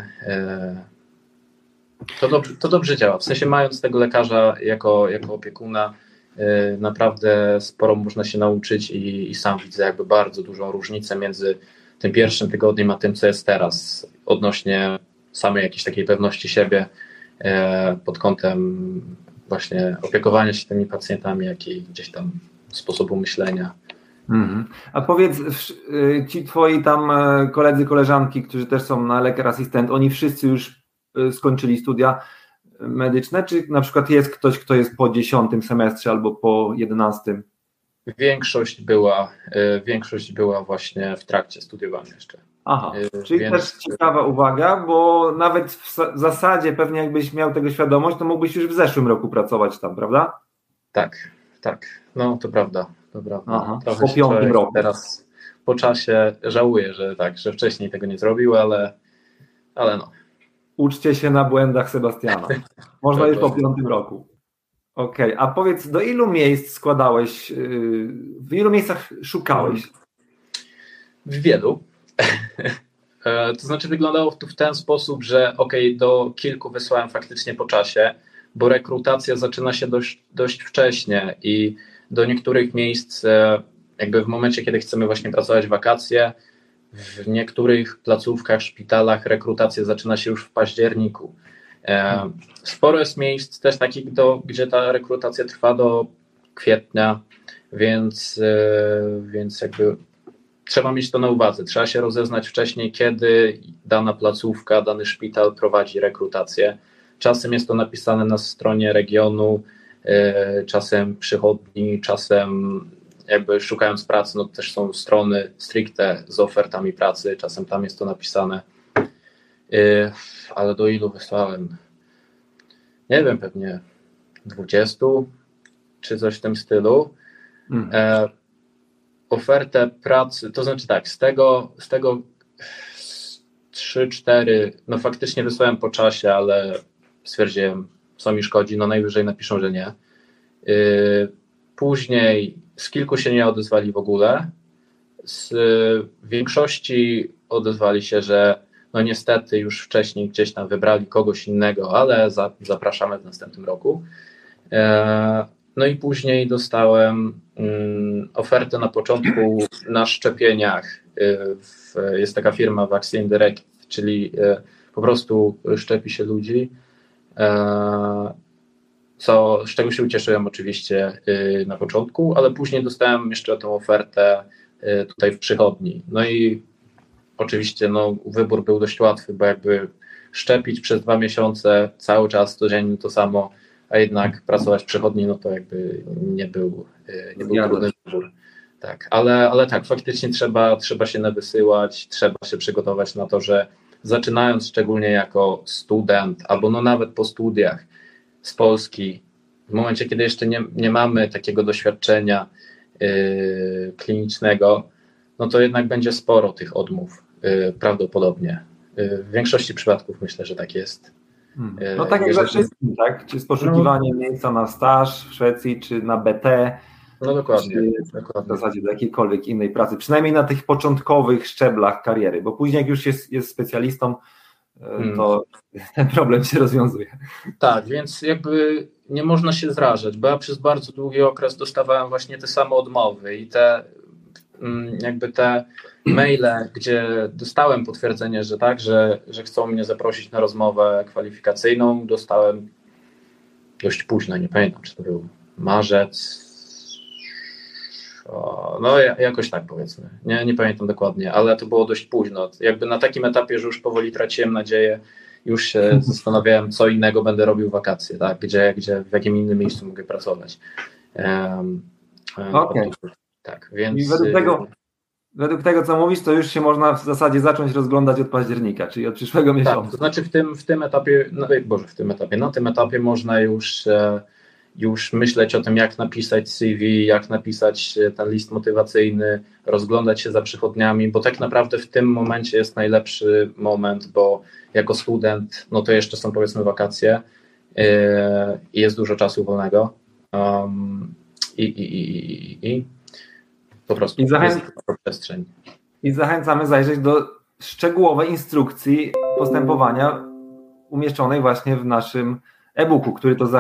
to dobrze działa. W sensie mając tego lekarza jako opiekuna, naprawdę sporo można się nauczyć i sam widzę jakby bardzo dużą różnicę między tym pierwszym tygodniem a tym, co jest teraz, odnośnie samej jakiejś takiej pewności siebie pod kątem właśnie opiekowania się tymi pacjentami, jak i gdzieś tam sposobu myślenia.
A powiedz, ci twoi tam koledzy, koleżanki, którzy też są na lekar asystent, oni wszyscy już skończyli studia medyczne, czy na przykład jest ktoś, kto jest po 10. semestrze albo po 11?
Większość była właśnie w trakcie studiowania jeszcze.
Aha, czyli też ciekawa uwaga, bo nawet w zasadzie pewnie jakbyś miał tego świadomość, to mógłbyś już w zeszłym roku pracować tam, prawda?
Tak, no to prawda.
Aha, po 5. roku.
Teraz po czasie żałuję, że wcześniej tego nie zrobił, ale no.
Uczcie się na błędach Sebastiana. Można już po 5. roku. Okej, a powiedz, do ilu miejsc składałeś, w ilu miejscach szukałeś?
W wielu. To znaczy wyglądało to w ten sposób, że do kilku wysłałem faktycznie po czasie, bo rekrutacja zaczyna się dość wcześnie i do niektórych miejsc jakby w momencie, kiedy chcemy właśnie pracować w wakacje, w niektórych placówkach, szpitalach rekrutacja zaczyna się już w październiku. Sporo jest miejsc też takich, gdzie ta rekrutacja trwa do kwietnia, więc jakby trzeba mieć to na uwadze. Trzeba się rozeznać wcześniej, kiedy dana placówka, dany szpital prowadzi rekrutację. Czasem jest to napisane na stronie regionu, czasem przychodni, czasem jakby szukając pracy, no też są strony stricte z ofertami pracy, czasem tam jest to napisane. Ale do ilu wysłałem? Nie wiem, pewnie 20 czy coś w tym stylu. Ofertę pracy, to znaczy tak, z tego 3-4, no faktycznie wysłałem po czasie, ale stwierdziłem, co mi szkodzi, no najwyżej napiszą, że nie. Później z kilku się nie odezwali w ogóle. Z większości odezwali się, że no niestety już wcześniej gdzieś tam wybrali kogoś innego, ale zapraszamy w następnym roku. No i później dostałem ofertę na początku na szczepieniach. Jest taka firma Vaccine Direct, czyli po prostu szczepi się ludzi, z czego się ucieszyłem oczywiście na początku, ale później dostałem jeszcze tę ofertę tutaj w przychodni. No i oczywiście no, wybór był dość łatwy, bo jakby szczepić przez 2 miesiące cały czas codziennie to samo, a jednak pracować w przychodni, no to jakby nie był trudny wybór. Tak, ale tak, faktycznie trzeba się nawysyłać, trzeba się przygotować na to, że zaczynając szczególnie jako student, albo no nawet po studiach z Polski, w momencie, kiedy jeszcze nie mamy takiego doświadczenia klinicznego, no to jednak będzie sporo tych odmów, prawdopodobnie. W większości przypadków myślę, że tak jest.
No tak jak ze wszystkim, tak? Czy z poszukiwaniem miejsca na staż w Szwecji, czy na BT,
no dokładnie,
czy w zasadzie do jakiejkolwiek innej pracy, przynajmniej na tych początkowych szczeblach kariery, bo później jak już jest specjalistą, to ten problem się rozwiązuje.
Tak, więc jakby nie można się zrażać, bo ja przez bardzo długi okres dostawałem właśnie te same odmowy i te maile, gdzie dostałem potwierdzenie, że tak, że chcą mnie zaprosić na rozmowę kwalifikacyjną, dostałem dość późno, nie pamiętam, czy to był marzec, no jakoś tak powiedzmy, nie pamiętam dokładnie, ale to było dość późno, jakby na takim etapie, że już powoli traciłem nadzieję, już się zastanawiałem, co innego będę robił w wakacje, tak? W jakim innym miejscu mogę pracować.
Okej.
Tak, więc...
I według tego, co mówisz, to już się można w zasadzie zacząć rozglądać od października, czyli od przyszłego miesiąca.
Tak, to znaczy na tym etapie można już myśleć o tym, jak napisać CV, jak napisać ten list motywacyjny, rozglądać się za przychodniami, bo tak naprawdę w tym momencie jest najlepszy moment, bo jako student, no to jeszcze są powiedzmy wakacje i jest dużo czasu wolnego i po prostu jest przestrzeń.
I zachęcamy zajrzeć do szczegółowej instrukcji postępowania umieszczonej właśnie w naszym e-booku,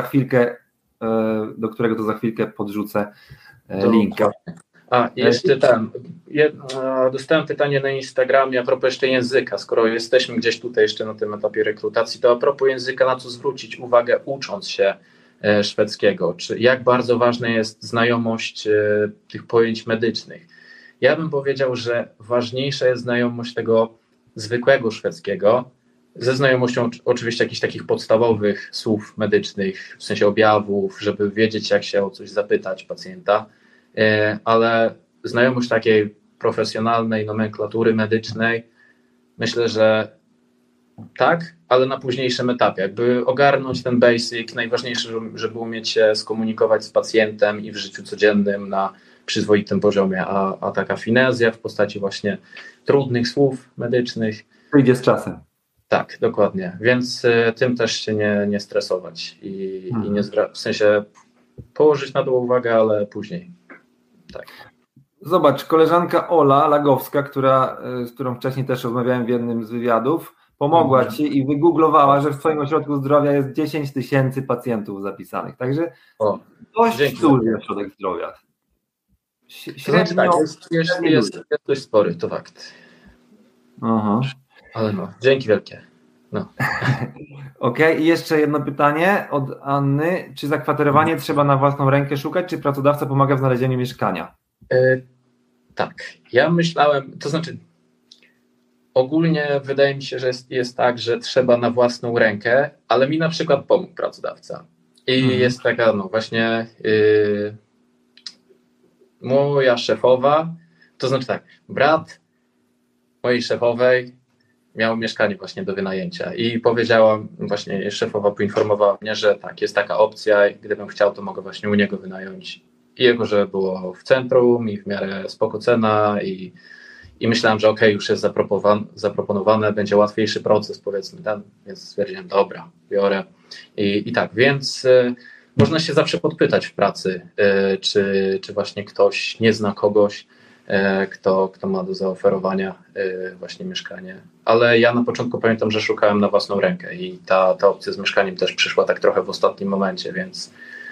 do którego to za chwilkę podrzucę linka.
Jeszcze dostałem pytanie na Instagramie a propos jeszcze języka, skoro jesteśmy gdzieś tutaj jeszcze na tym etapie rekrutacji, to a propos języka, na co zwrócić uwagę ucząc się szwedzkiego, czy jak bardzo ważna jest znajomość tych pojęć medycznych. Ja bym powiedział, że ważniejsza jest znajomość tego zwykłego szwedzkiego, ze znajomością oczywiście jakichś takich podstawowych słów medycznych, w sensie objawów, żeby wiedzieć, jak się o coś zapytać pacjenta, ale znajomość takiej profesjonalnej nomenklatury medycznej, myślę, że tak, ale na późniejszym etapie. Jakby ogarnąć ten basic, najważniejsze, żeby umieć się skomunikować z pacjentem i w życiu codziennym na przyzwoitym poziomie, a taka finezja w postaci właśnie trudnych słów medycznych
przyjdzie z czasem.
Tak, dokładnie, więc tym też się nie stresować i nie w sensie położyć na to uwagę, ale później. Tak.
Zobacz, koleżanka Ola Lagowska, z którą wcześniej też rozmawiałem w jednym z wywiadów, pomogła Ci i wygooglowała, że w Twoim ośrodku zdrowia jest 10 000 pacjentów zapisanych. Także dość duży ośrodek zdrowia.
Średnio, jest dość spory, to fakt.
Aha.
Ale dzięki wielkie.
Okej, i jeszcze jedno pytanie od Anny. Czy zakwaterowanie trzeba na własną rękę szukać, czy pracodawca pomaga w znalezieniu mieszkania?
Tak, ja myślałem, to znaczy ogólnie wydaje mi się, że jest tak, że trzeba na własną rękę, ale mi na przykład pomógł pracodawca. I jest taka, właśnie moja szefowa, to znaczy tak, brat mojej szefowej miał mieszkanie właśnie do wynajęcia i powiedziałam, właśnie szefowa poinformowała mnie, że tak, jest taka opcja, gdybym chciał, to mogę właśnie u niego wynająć. I jego, że było w centrum i w miarę spoko cena i myślałem, że już jest zaproponowane, będzie łatwiejszy proces, powiedzmy, więc stwierdziłem, dobra, biorę. I tak, więc można się zawsze podpytać w pracy, czy właśnie ktoś nie zna kogoś, kto ma do zaoferowania właśnie mieszkanie. Ale ja na początku pamiętam, że szukałem na własną rękę i ta opcja z mieszkaniem też przyszła tak trochę w ostatnim momencie, więc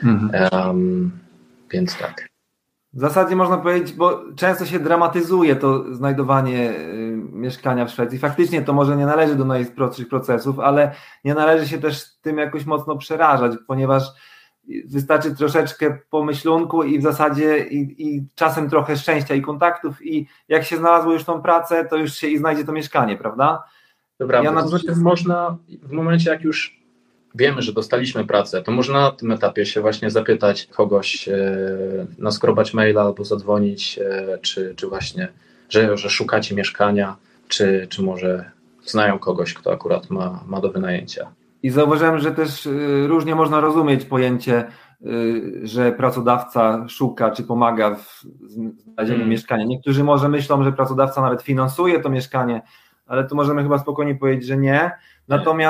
więc tak.
W zasadzie można powiedzieć, bo często się dramatyzuje to znajdowanie mieszkania w Szwecji. Faktycznie to może nie należy do najprostszych procesów, ale nie należy się też tym jakoś mocno przerażać, ponieważ wystarczy troszeczkę pomyślunku i w zasadzie i czasem trochę szczęścia i kontaktów i jak się znalazło już tą pracę, to już się i znajdzie to mieszkanie, prawda?
Dobra, to znaczy można w momencie, jak już wiemy, że dostaliśmy pracę, to można na tym etapie się właśnie zapytać kogoś, naskrobać maila albo zadzwonić, czy właśnie, że szukacie mieszkania, czy może znają kogoś, kto akurat ma do wynajęcia.
I zauważyłem, że też różnie można rozumieć pojęcie, że pracodawca szuka czy pomaga w znalezieniu mieszkania. Niektórzy może myślą, że pracodawca nawet finansuje to mieszkanie, ale tu możemy chyba spokojnie powiedzieć, że nie. Natomiast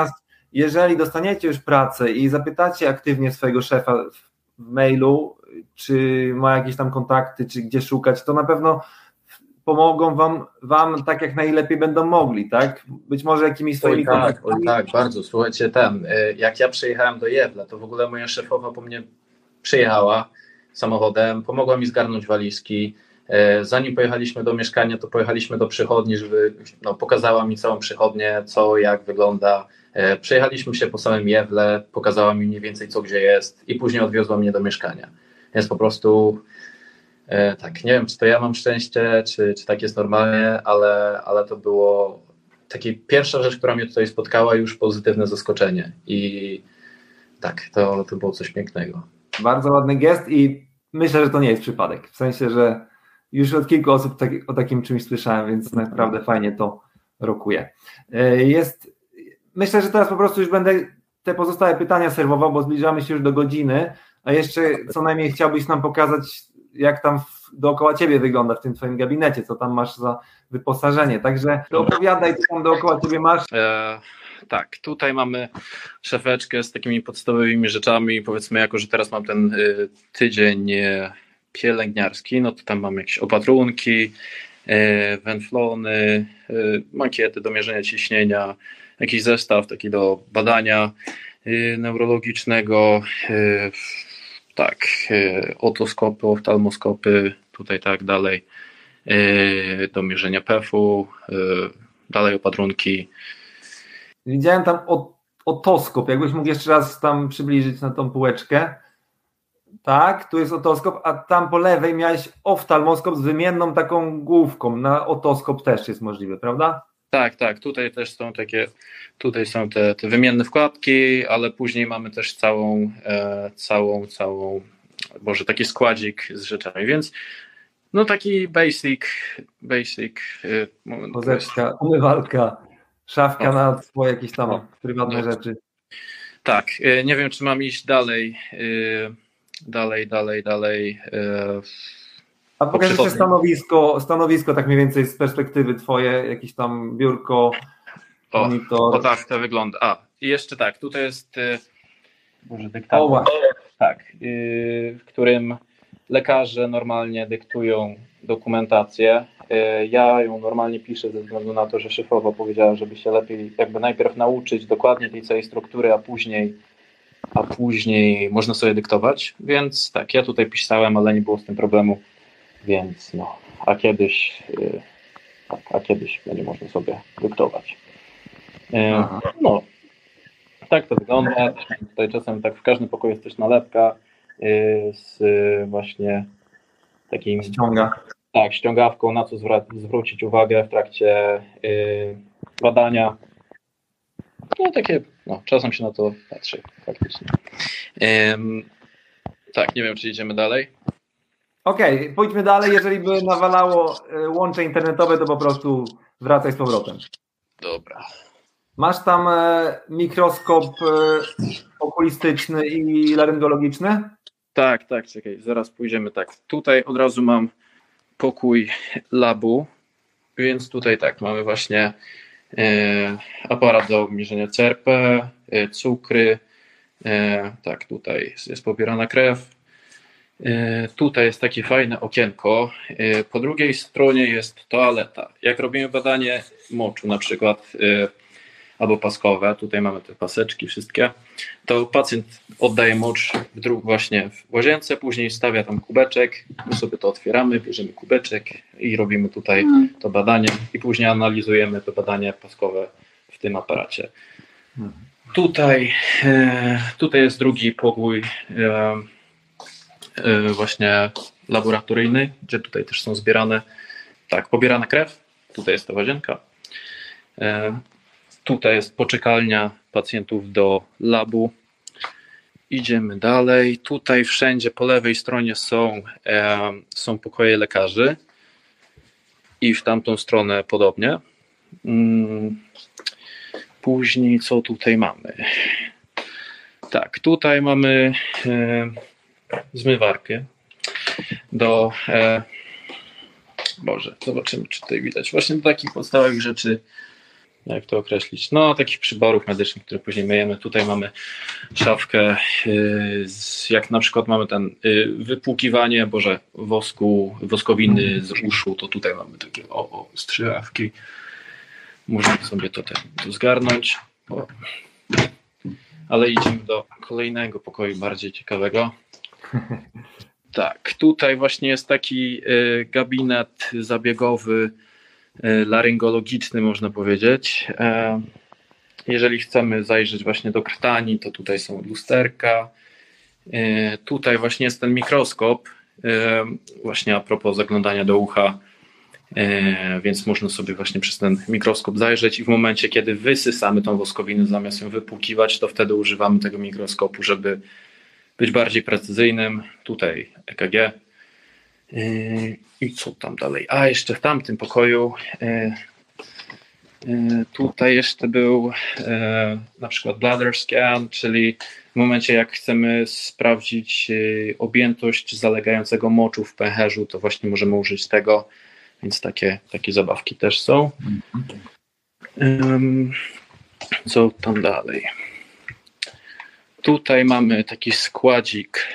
jeżeli dostaniecie już pracę i zapytacie aktywnie swojego szefa w mailu, czy ma jakieś tam kontakty, czy gdzie szukać, to na pewno pomogą wam tak jak najlepiej będą mogli, tak? Być może jakimiś swoimi kontaktami.
Tak, bardzo. Słuchajcie, jak ja przyjechałem do Jewla, to w ogóle moja szefowa po mnie przyjechała samochodem, pomogła mi zgarnąć walizki. Zanim pojechaliśmy do mieszkania, to pojechaliśmy do przychodni, żeby pokazała mi całą przychodnię, co, jak wygląda. Przejechaliśmy się po samym Jewle, pokazała mi mniej więcej co gdzie jest i później odwiozła mnie do mieszkania. Więc po prostu tak, nie wiem, czy to ja mam szczęście, czy tak jest normalnie, ale to było takie pierwsza rzecz, która mnie tutaj spotkała, już pozytywne zaskoczenie i tak, to było coś pięknego.
Bardzo ładny gest i myślę, że to nie jest przypadek, w sensie, że już od kilku osób o takim czymś słyszałem, więc naprawdę fajnie to rokuje. Myślę, że teraz po prostu już będę te pozostałe pytania serwował, bo zbliżamy się już do godziny, a jeszcze co najmniej chciałbyś nam pokazać, jak tam dookoła ciebie wygląda w tym twoim gabinecie, co tam masz za wyposażenie, także opowiadaj, co tam dookoła ciebie masz.
Tak, tutaj mamy szafeczkę z takimi podstawowymi rzeczami, powiedzmy, jako że teraz mam ten tydzień pielęgniarski, no to tam mam jakieś opatrunki, węflony, mankiety do mierzenia ciśnienia, jakiś zestaw taki do badania neurologicznego, tak, otoskopy, oftalmoskopy, tutaj tak dalej, do mierzenia PEF-u, dalej opatrunki.
Widziałem tam otoskop, jakbyś mógł jeszcze raz tam przybliżyć na tą półeczkę. Tak, tu jest otoskop, a tam po lewej miałeś oftalmoskop z wymienną taką główką, na otoskop też jest możliwe, prawda?
Tak, tutaj też są tutaj są te wymienne wkładki, ale później mamy też taki składzik z rzeczami, więc no taki basic.
Pozeczka, umywalka, szafka na swoje jakieś tam prywatne rzeczy.
Tak, nie wiem, czy mam iść dalej.
A pokaż jeszcze stanowisko tak mniej więcej z perspektywy twoje, jakieś tam biurko, monitor.
O tak to wygląda. I jeszcze tak, tutaj jest dyktator, tak, w którym lekarze normalnie dyktują dokumentację. Ja ją normalnie piszę ze względu na to, że szefowa powiedziała, żeby się lepiej jakby najpierw nauczyć dokładnie tej całej struktury, a później można sobie dyktować, więc tak, ja tutaj pisałem, ale nie było z tym problemu, więc a kiedyś będzie można sobie dyktować. Tak to wygląda. Tutaj czasem tak w każdym pokoju jest też nalepka z właśnie takim ściągawką, na co zwrócić uwagę w trakcie badania. Czasem się na to patrzy faktycznie. Tak, nie wiem, czy idziemy dalej.
Okej, pójdźmy dalej. Jeżeli by nawalało łącze internetowe, to po prostu wracaj z powrotem.
Dobra.
Masz tam mikroskop okulistyczny i laryngologiczny?
Tak, czekaj, zaraz pójdziemy tak. Tutaj od razu mam pokój labu, więc tutaj tak, mamy właśnie aparat do mierzenia CRP, cukry, tak, tutaj jest pobierana krew. Tutaj jest takie fajne okienko. Po drugiej stronie jest toaleta. Jak robimy badanie moczu na przykład albo paskowe, tutaj mamy te paseczki wszystkie, to pacjent oddaje mocz właśnie w łazience, później stawia tam kubeczek, my sobie to otwieramy, bierzemy kubeczek i robimy tutaj to badanie i później analizujemy to badanie paskowe w tym aparacie. Tutaj jest drugi pokój właśnie laboratoryjny, gdzie tutaj też są zbierane, pobierana krew, tutaj jest ta łazienka. Tutaj jest poczekalnia pacjentów do labu. Idziemy dalej. Tutaj wszędzie po lewej stronie są pokoje lekarzy i w tamtą stronę podobnie. Później co tutaj mamy? Tak, tutaj mamy zmywarkę do zobaczymy, czy tutaj widać. Właśnie do takich podstawowych rzeczy jak to określić, no takich przyborów medycznych, które później myjemy. Tutaj mamy szafkę, jak na przykład mamy ten wypłukiwanie, woskowiny z uszu, to tutaj mamy takie strzykawki. Możemy sobie to zgarnąć. Ale idziemy do kolejnego pokoju, bardziej ciekawego. Tak, tutaj właśnie jest taki gabinet zabiegowy, laryngologiczny, można powiedzieć. Jeżeli chcemy zajrzeć właśnie do krtani, to tutaj są lusterka. Tutaj właśnie jest ten mikroskop, właśnie a propos zaglądania do ucha, więc można sobie właśnie przez ten mikroskop zajrzeć i w momencie, kiedy wysysamy tą woskowinę, zamiast ją wypłukiwać, to wtedy używamy tego mikroskopu, żeby być bardziej precyzyjnym. Tutaj EKG. I co tam dalej? A jeszcze w tamtym pokoju tutaj jeszcze był na przykład bladder scan, czyli w momencie jak chcemy sprawdzić objętość zalegającego moczu w pęcherzu, to właśnie możemy użyć tego, więc takie zabawki też są. Co tam dalej? Tutaj mamy taki składzik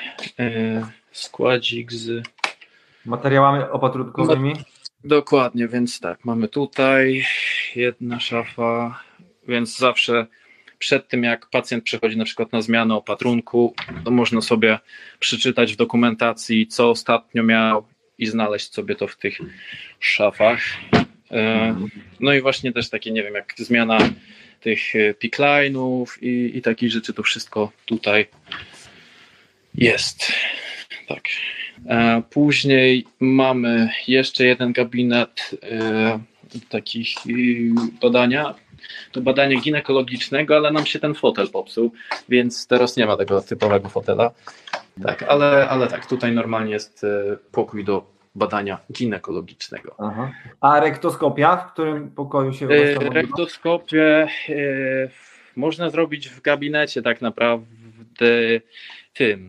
z
materiałami opatrunkowymi.
Dokładnie, więc tak, mamy tutaj jedna szafa, więc zawsze przed tym jak pacjent przychodzi na przykład na zmianę opatrunku, to można sobie przeczytać w dokumentacji, co ostatnio miał i znaleźć sobie to w tych szafach. No i właśnie też takie, nie wiem, jak zmiana tych PICC-line'ów i takich rzeczy, to wszystko tutaj jest. Tak. Później mamy jeszcze jeden gabinet takich badania. To badanie ginekologicznego, ale nam się ten fotel popsuł, więc teraz nie ma tego typowego fotela. Tak, ale tak, tutaj normalnie jest pokój do badania ginekologicznego.
Aha. A rektoskopia? W którym pokoju się
rektoskopię można zrobić w gabinecie tak naprawdę tym.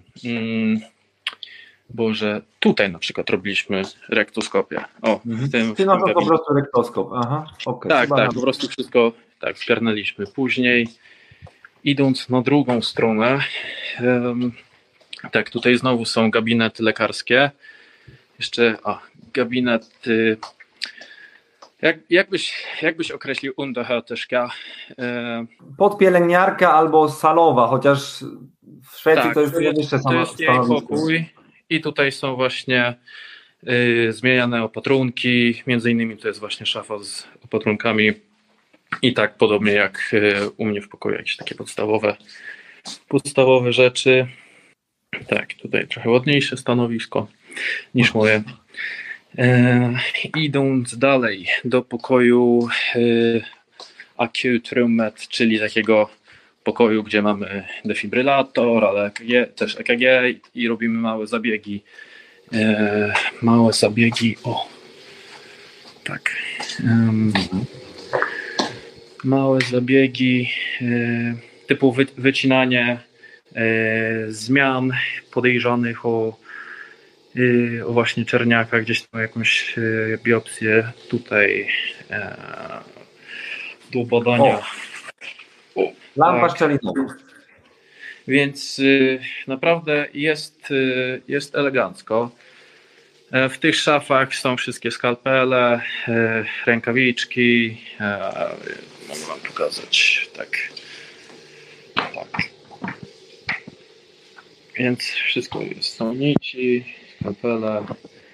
Boże, tutaj na przykład robiliśmy rektoskopię. O, w tym.
Ty po prostu rektoskop. Aha, okay.
Tak, po prostu wszystko tak zgarnęliśmy. Później idąc na drugą stronę, tak, tutaj znowu są gabinety lekarskie. Jeszcze gabinet. Jakbyś określił Undersköterska?
Podpielęgniarka albo salowa, chociaż w Szwecji
tak,
to jest jeszcze
to jest jej pokój i tutaj są właśnie zmieniane opatrunki, między innymi to jest właśnie szafa z opatrunkami i tak podobnie jak u mnie w pokoju, jakieś takie podstawowe rzeczy. Tak, tutaj trochę ładniejsze stanowisko niż moje. Idąc dalej do pokoju acute room med, czyli takiego pokoju, gdzie mamy defibrylator, ale EKG, też EKG i robimy małe zabiegi. Małe zabiegi typu wycinanie zmian podejrzanych o właśnie czerniaka, gdzieś tam jakąś biopsję tutaj do badania.
Lampa szczelinowa.
Więc naprawdę jest elegancko. W tych szafach są wszystkie skalpele, rękawiczki. Mogę wam pokazać. Tak. Więc wszystko jest. Są nici, skalpele.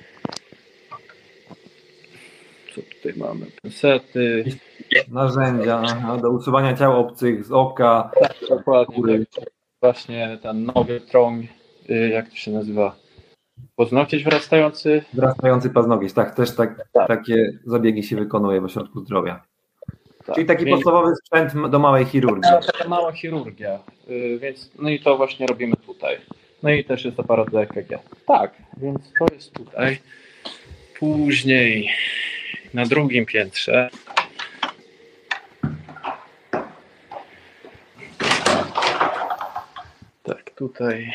Co tutaj mamy? Pensety.
Narzędzia do usuwania ciał obcych z oka.
Tak, dokładnie. Właśnie ten nowy trąg, jak to się nazywa? Paznokcie wrastający?
Wrastający paznogieć, tak, też takie zabiegi się wykonuje w ośrodku zdrowia. Tak, czyli taki podstawowy sprzęt do małej chirurgii.
Taka mała chirurgia, więc no i to właśnie robimy tutaj. No i też jest aparat do EKG. Tak, więc to jest tutaj. Później na drugim piętrze tak, tutaj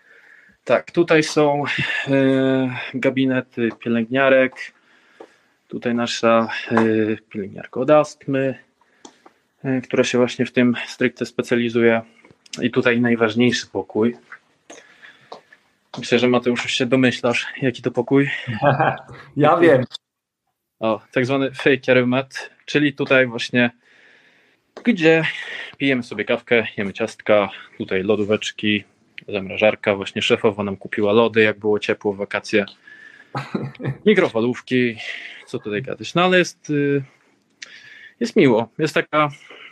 tutaj są gabinety pielęgniarek. Tutaj nasza pielęgniarka od astmy, która się właśnie w tym stricte specjalizuje. I tutaj najważniejszy pokój. Myślę, że Mateusz już się domyślasz, jaki to pokój.
Ja wiem.
O, tak zwany fake room, czyli tutaj właśnie, gdzie pijemy sobie kawkę, jemy ciastka, tutaj lodóweczki, zamrażarka, właśnie szefowa nam kupiła lody, jak było ciepło w wakacje, mikrofalówki, co tutaj gadać, no ale jest miło, jest taka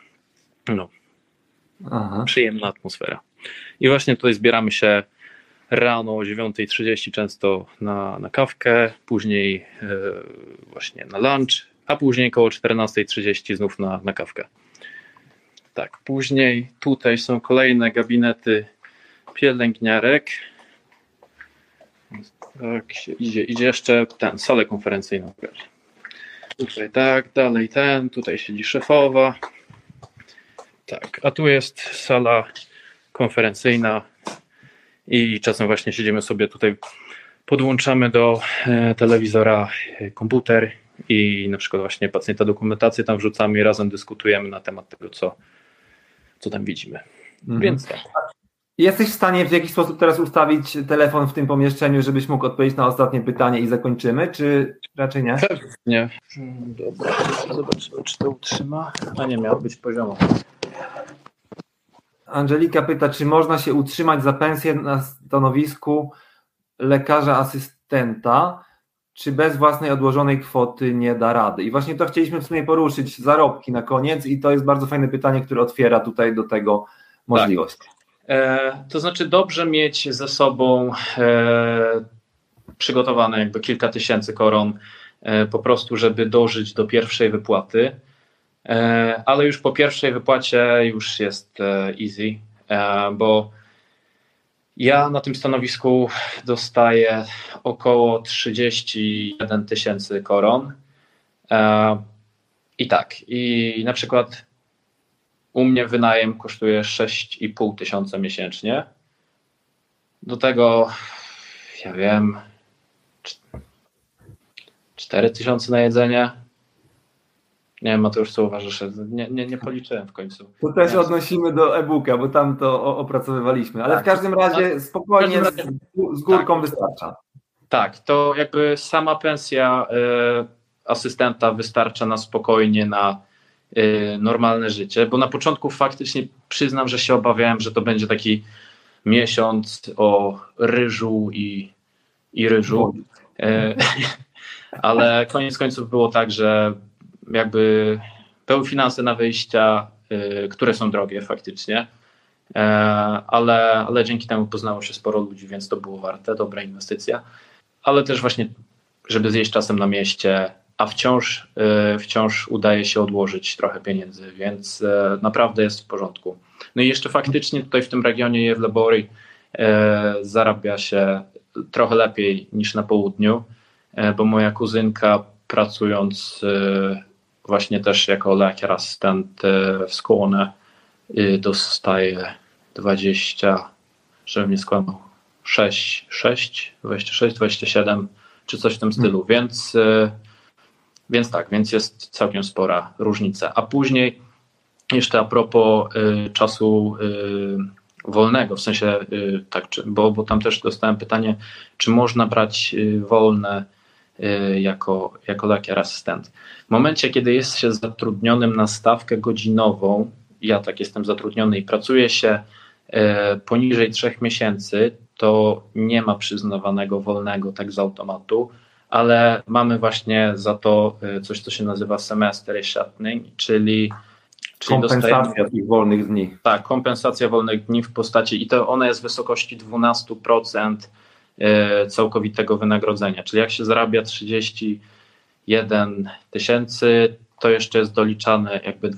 przyjemna atmosfera. I właśnie tutaj zbieramy się rano o 9:30 często na kawkę, później właśnie na lunch, a później koło 14:30 znów na kawkę. Tak, później tutaj są kolejne gabinety pielęgniarek. Tak się idzie jeszcze salę konferencyjną. Tutaj tak, dalej tutaj siedzi szefowa. Tak, a tu jest sala konferencyjna i czasem właśnie siedzimy sobie tutaj, podłączamy do telewizora komputer i na przykład właśnie pacjenta dokumentację tam wrzucamy i razem dyskutujemy na temat tego, co tam widzimy. Więc tak.
Jesteś w stanie w jakiś sposób teraz ustawić telefon w tym pomieszczeniu, żebyś mógł odpowiedzieć na ostatnie pytanie i zakończymy, czy raczej nie?
Nie. Dobra, zobaczymy, czy to utrzyma. A nie, miało być poziomo.
Angelika pyta, czy można się utrzymać za pensję na stanowisku lekarza asystenta, czy bez własnej odłożonej kwoty nie da rady? I właśnie to chcieliśmy w sumie poruszyć, zarobki na koniec, i to jest bardzo fajne pytanie, które otwiera tutaj do tego możliwość. Tak.
To znaczy dobrze mieć ze sobą przygotowane jakby kilka tysięcy koron po prostu, żeby dożyć do pierwszej wypłaty, ale już po pierwszej wypłacie już jest easy, bo ja na tym stanowisku dostaję około 31 tysięcy koron i tak, i na przykład u mnie wynajem kosztuje 6,5 tysiąca miesięcznie. Do tego, ja wiem, 4 tysiące na jedzenie. Nie wiem, Mateusz, co uważasz? Nie policzyłem w końcu.
To też odnosimy do e-booka, bo tam to opracowywaliśmy. Ale tak, w każdym razie spokojnie z górką tak, wystarcza.
Tak, to jakby sama pensja asystenta wystarcza na spokojnie na normalne życie, bo na początku faktycznie przyznam, że się obawiałem, że to będzie taki miesiąc o ryżu i ryżu, ale koniec końców było tak, że jakby były finanse na wyjścia, które są drogie faktycznie, ale dzięki temu poznało się sporo ludzi, więc to było warte, dobra inwestycja, ale też właśnie, żeby zjeść czasem na mieście, a wciąż udaje się odłożyć trochę pieniędzy, więc naprawdę jest w porządku. No i jeszcze faktycznie tutaj w tym regionie Jewlebory zarabia się trochę lepiej niż na południu, bo moja kuzynka, pracując właśnie też jako lekarz asystent w Skåne, dostaje 20, żebym nie skłamał, 27 czy coś w tym stylu, więc tak, więc jest całkiem spora różnica. A później jeszcze a propos czasu wolnego, w sensie tak, bo tam też dostałem pytanie, czy można brać wolne jako lekarz asystent. W momencie, kiedy jest się zatrudnionym na stawkę godzinową, ja tak jestem zatrudniony i pracuję się poniżej 3 miesięcy, to nie ma przyznawanego wolnego tak z automatu, ale mamy właśnie za to coś, co się nazywa semesterersättning, czyli
kompensacja tych wolnych dni.
Tak, kompensacja wolnych dni w postaci, i to ona jest w wysokości 12% całkowitego wynagrodzenia, czyli jak się zarabia 31 tysięcy, to jeszcze jest doliczane jakby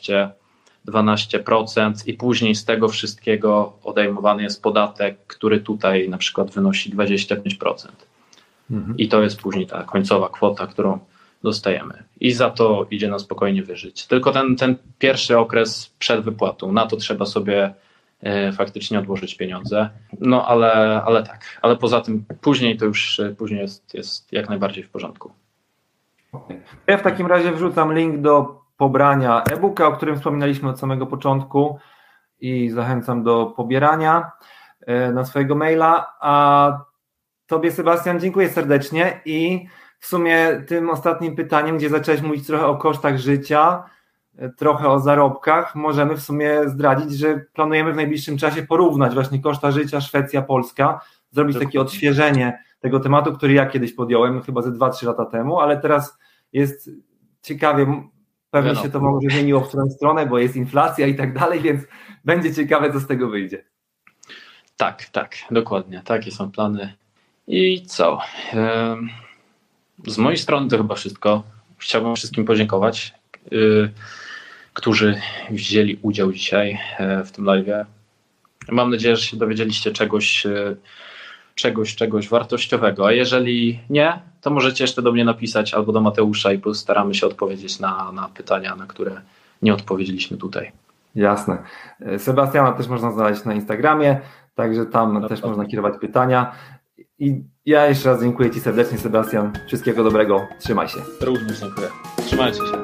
12% i później z tego wszystkiego odejmowany jest podatek, który tutaj na przykład wynosi 25%. I to jest później ta końcowa kwota, którą dostajemy. I za to idzie na spokojnie wyżyć. Tylko ten pierwszy okres przed wypłatą, na to trzeba sobie faktycznie odłożyć pieniądze. No ale tak. Ale poza tym później to już jest jak najbardziej w porządku.
Ja w takim razie wrzucam link do pobrania e-booka, o którym wspominaliśmy od samego początku i zachęcam do pobierania na swojego maila. A Tobie, Sebastian, dziękuję serdecznie i w sumie tym ostatnim pytaniem, gdzie zacząłeś mówić trochę o kosztach życia, trochę o zarobkach, możemy w sumie zdradzić, że planujemy w najbliższym czasie porównać właśnie koszta życia Szwecja-Polska, zrobić takie odświeżenie tego tematu, który ja kiedyś podjąłem, chyba ze 2-3 lata temu, ale teraz jest ciekawie, pewnie się to może zmieniło w tę stronę, bo jest inflacja i tak dalej, więc będzie ciekawe, co z tego wyjdzie.
Tak, dokładnie, takie są plany. I co? Z mojej strony to chyba wszystko. Chciałbym wszystkim podziękować, którzy wzięli udział dzisiaj w tym live'ie. Mam nadzieję, że się dowiedzieliście czegoś wartościowego, a jeżeli nie, to możecie jeszcze do mnie napisać albo do Mateusza i postaramy się odpowiedzieć na pytania, na które nie odpowiedzieliśmy tutaj.
Jasne. Sebastiana też można znaleźć na Instagramie, także tam też można kierować pytania. I ja jeszcze raz dziękuję Ci serdecznie, Sebastian. Wszystkiego dobrego. Trzymaj się.
Również dziękuję. Trzymajcie się.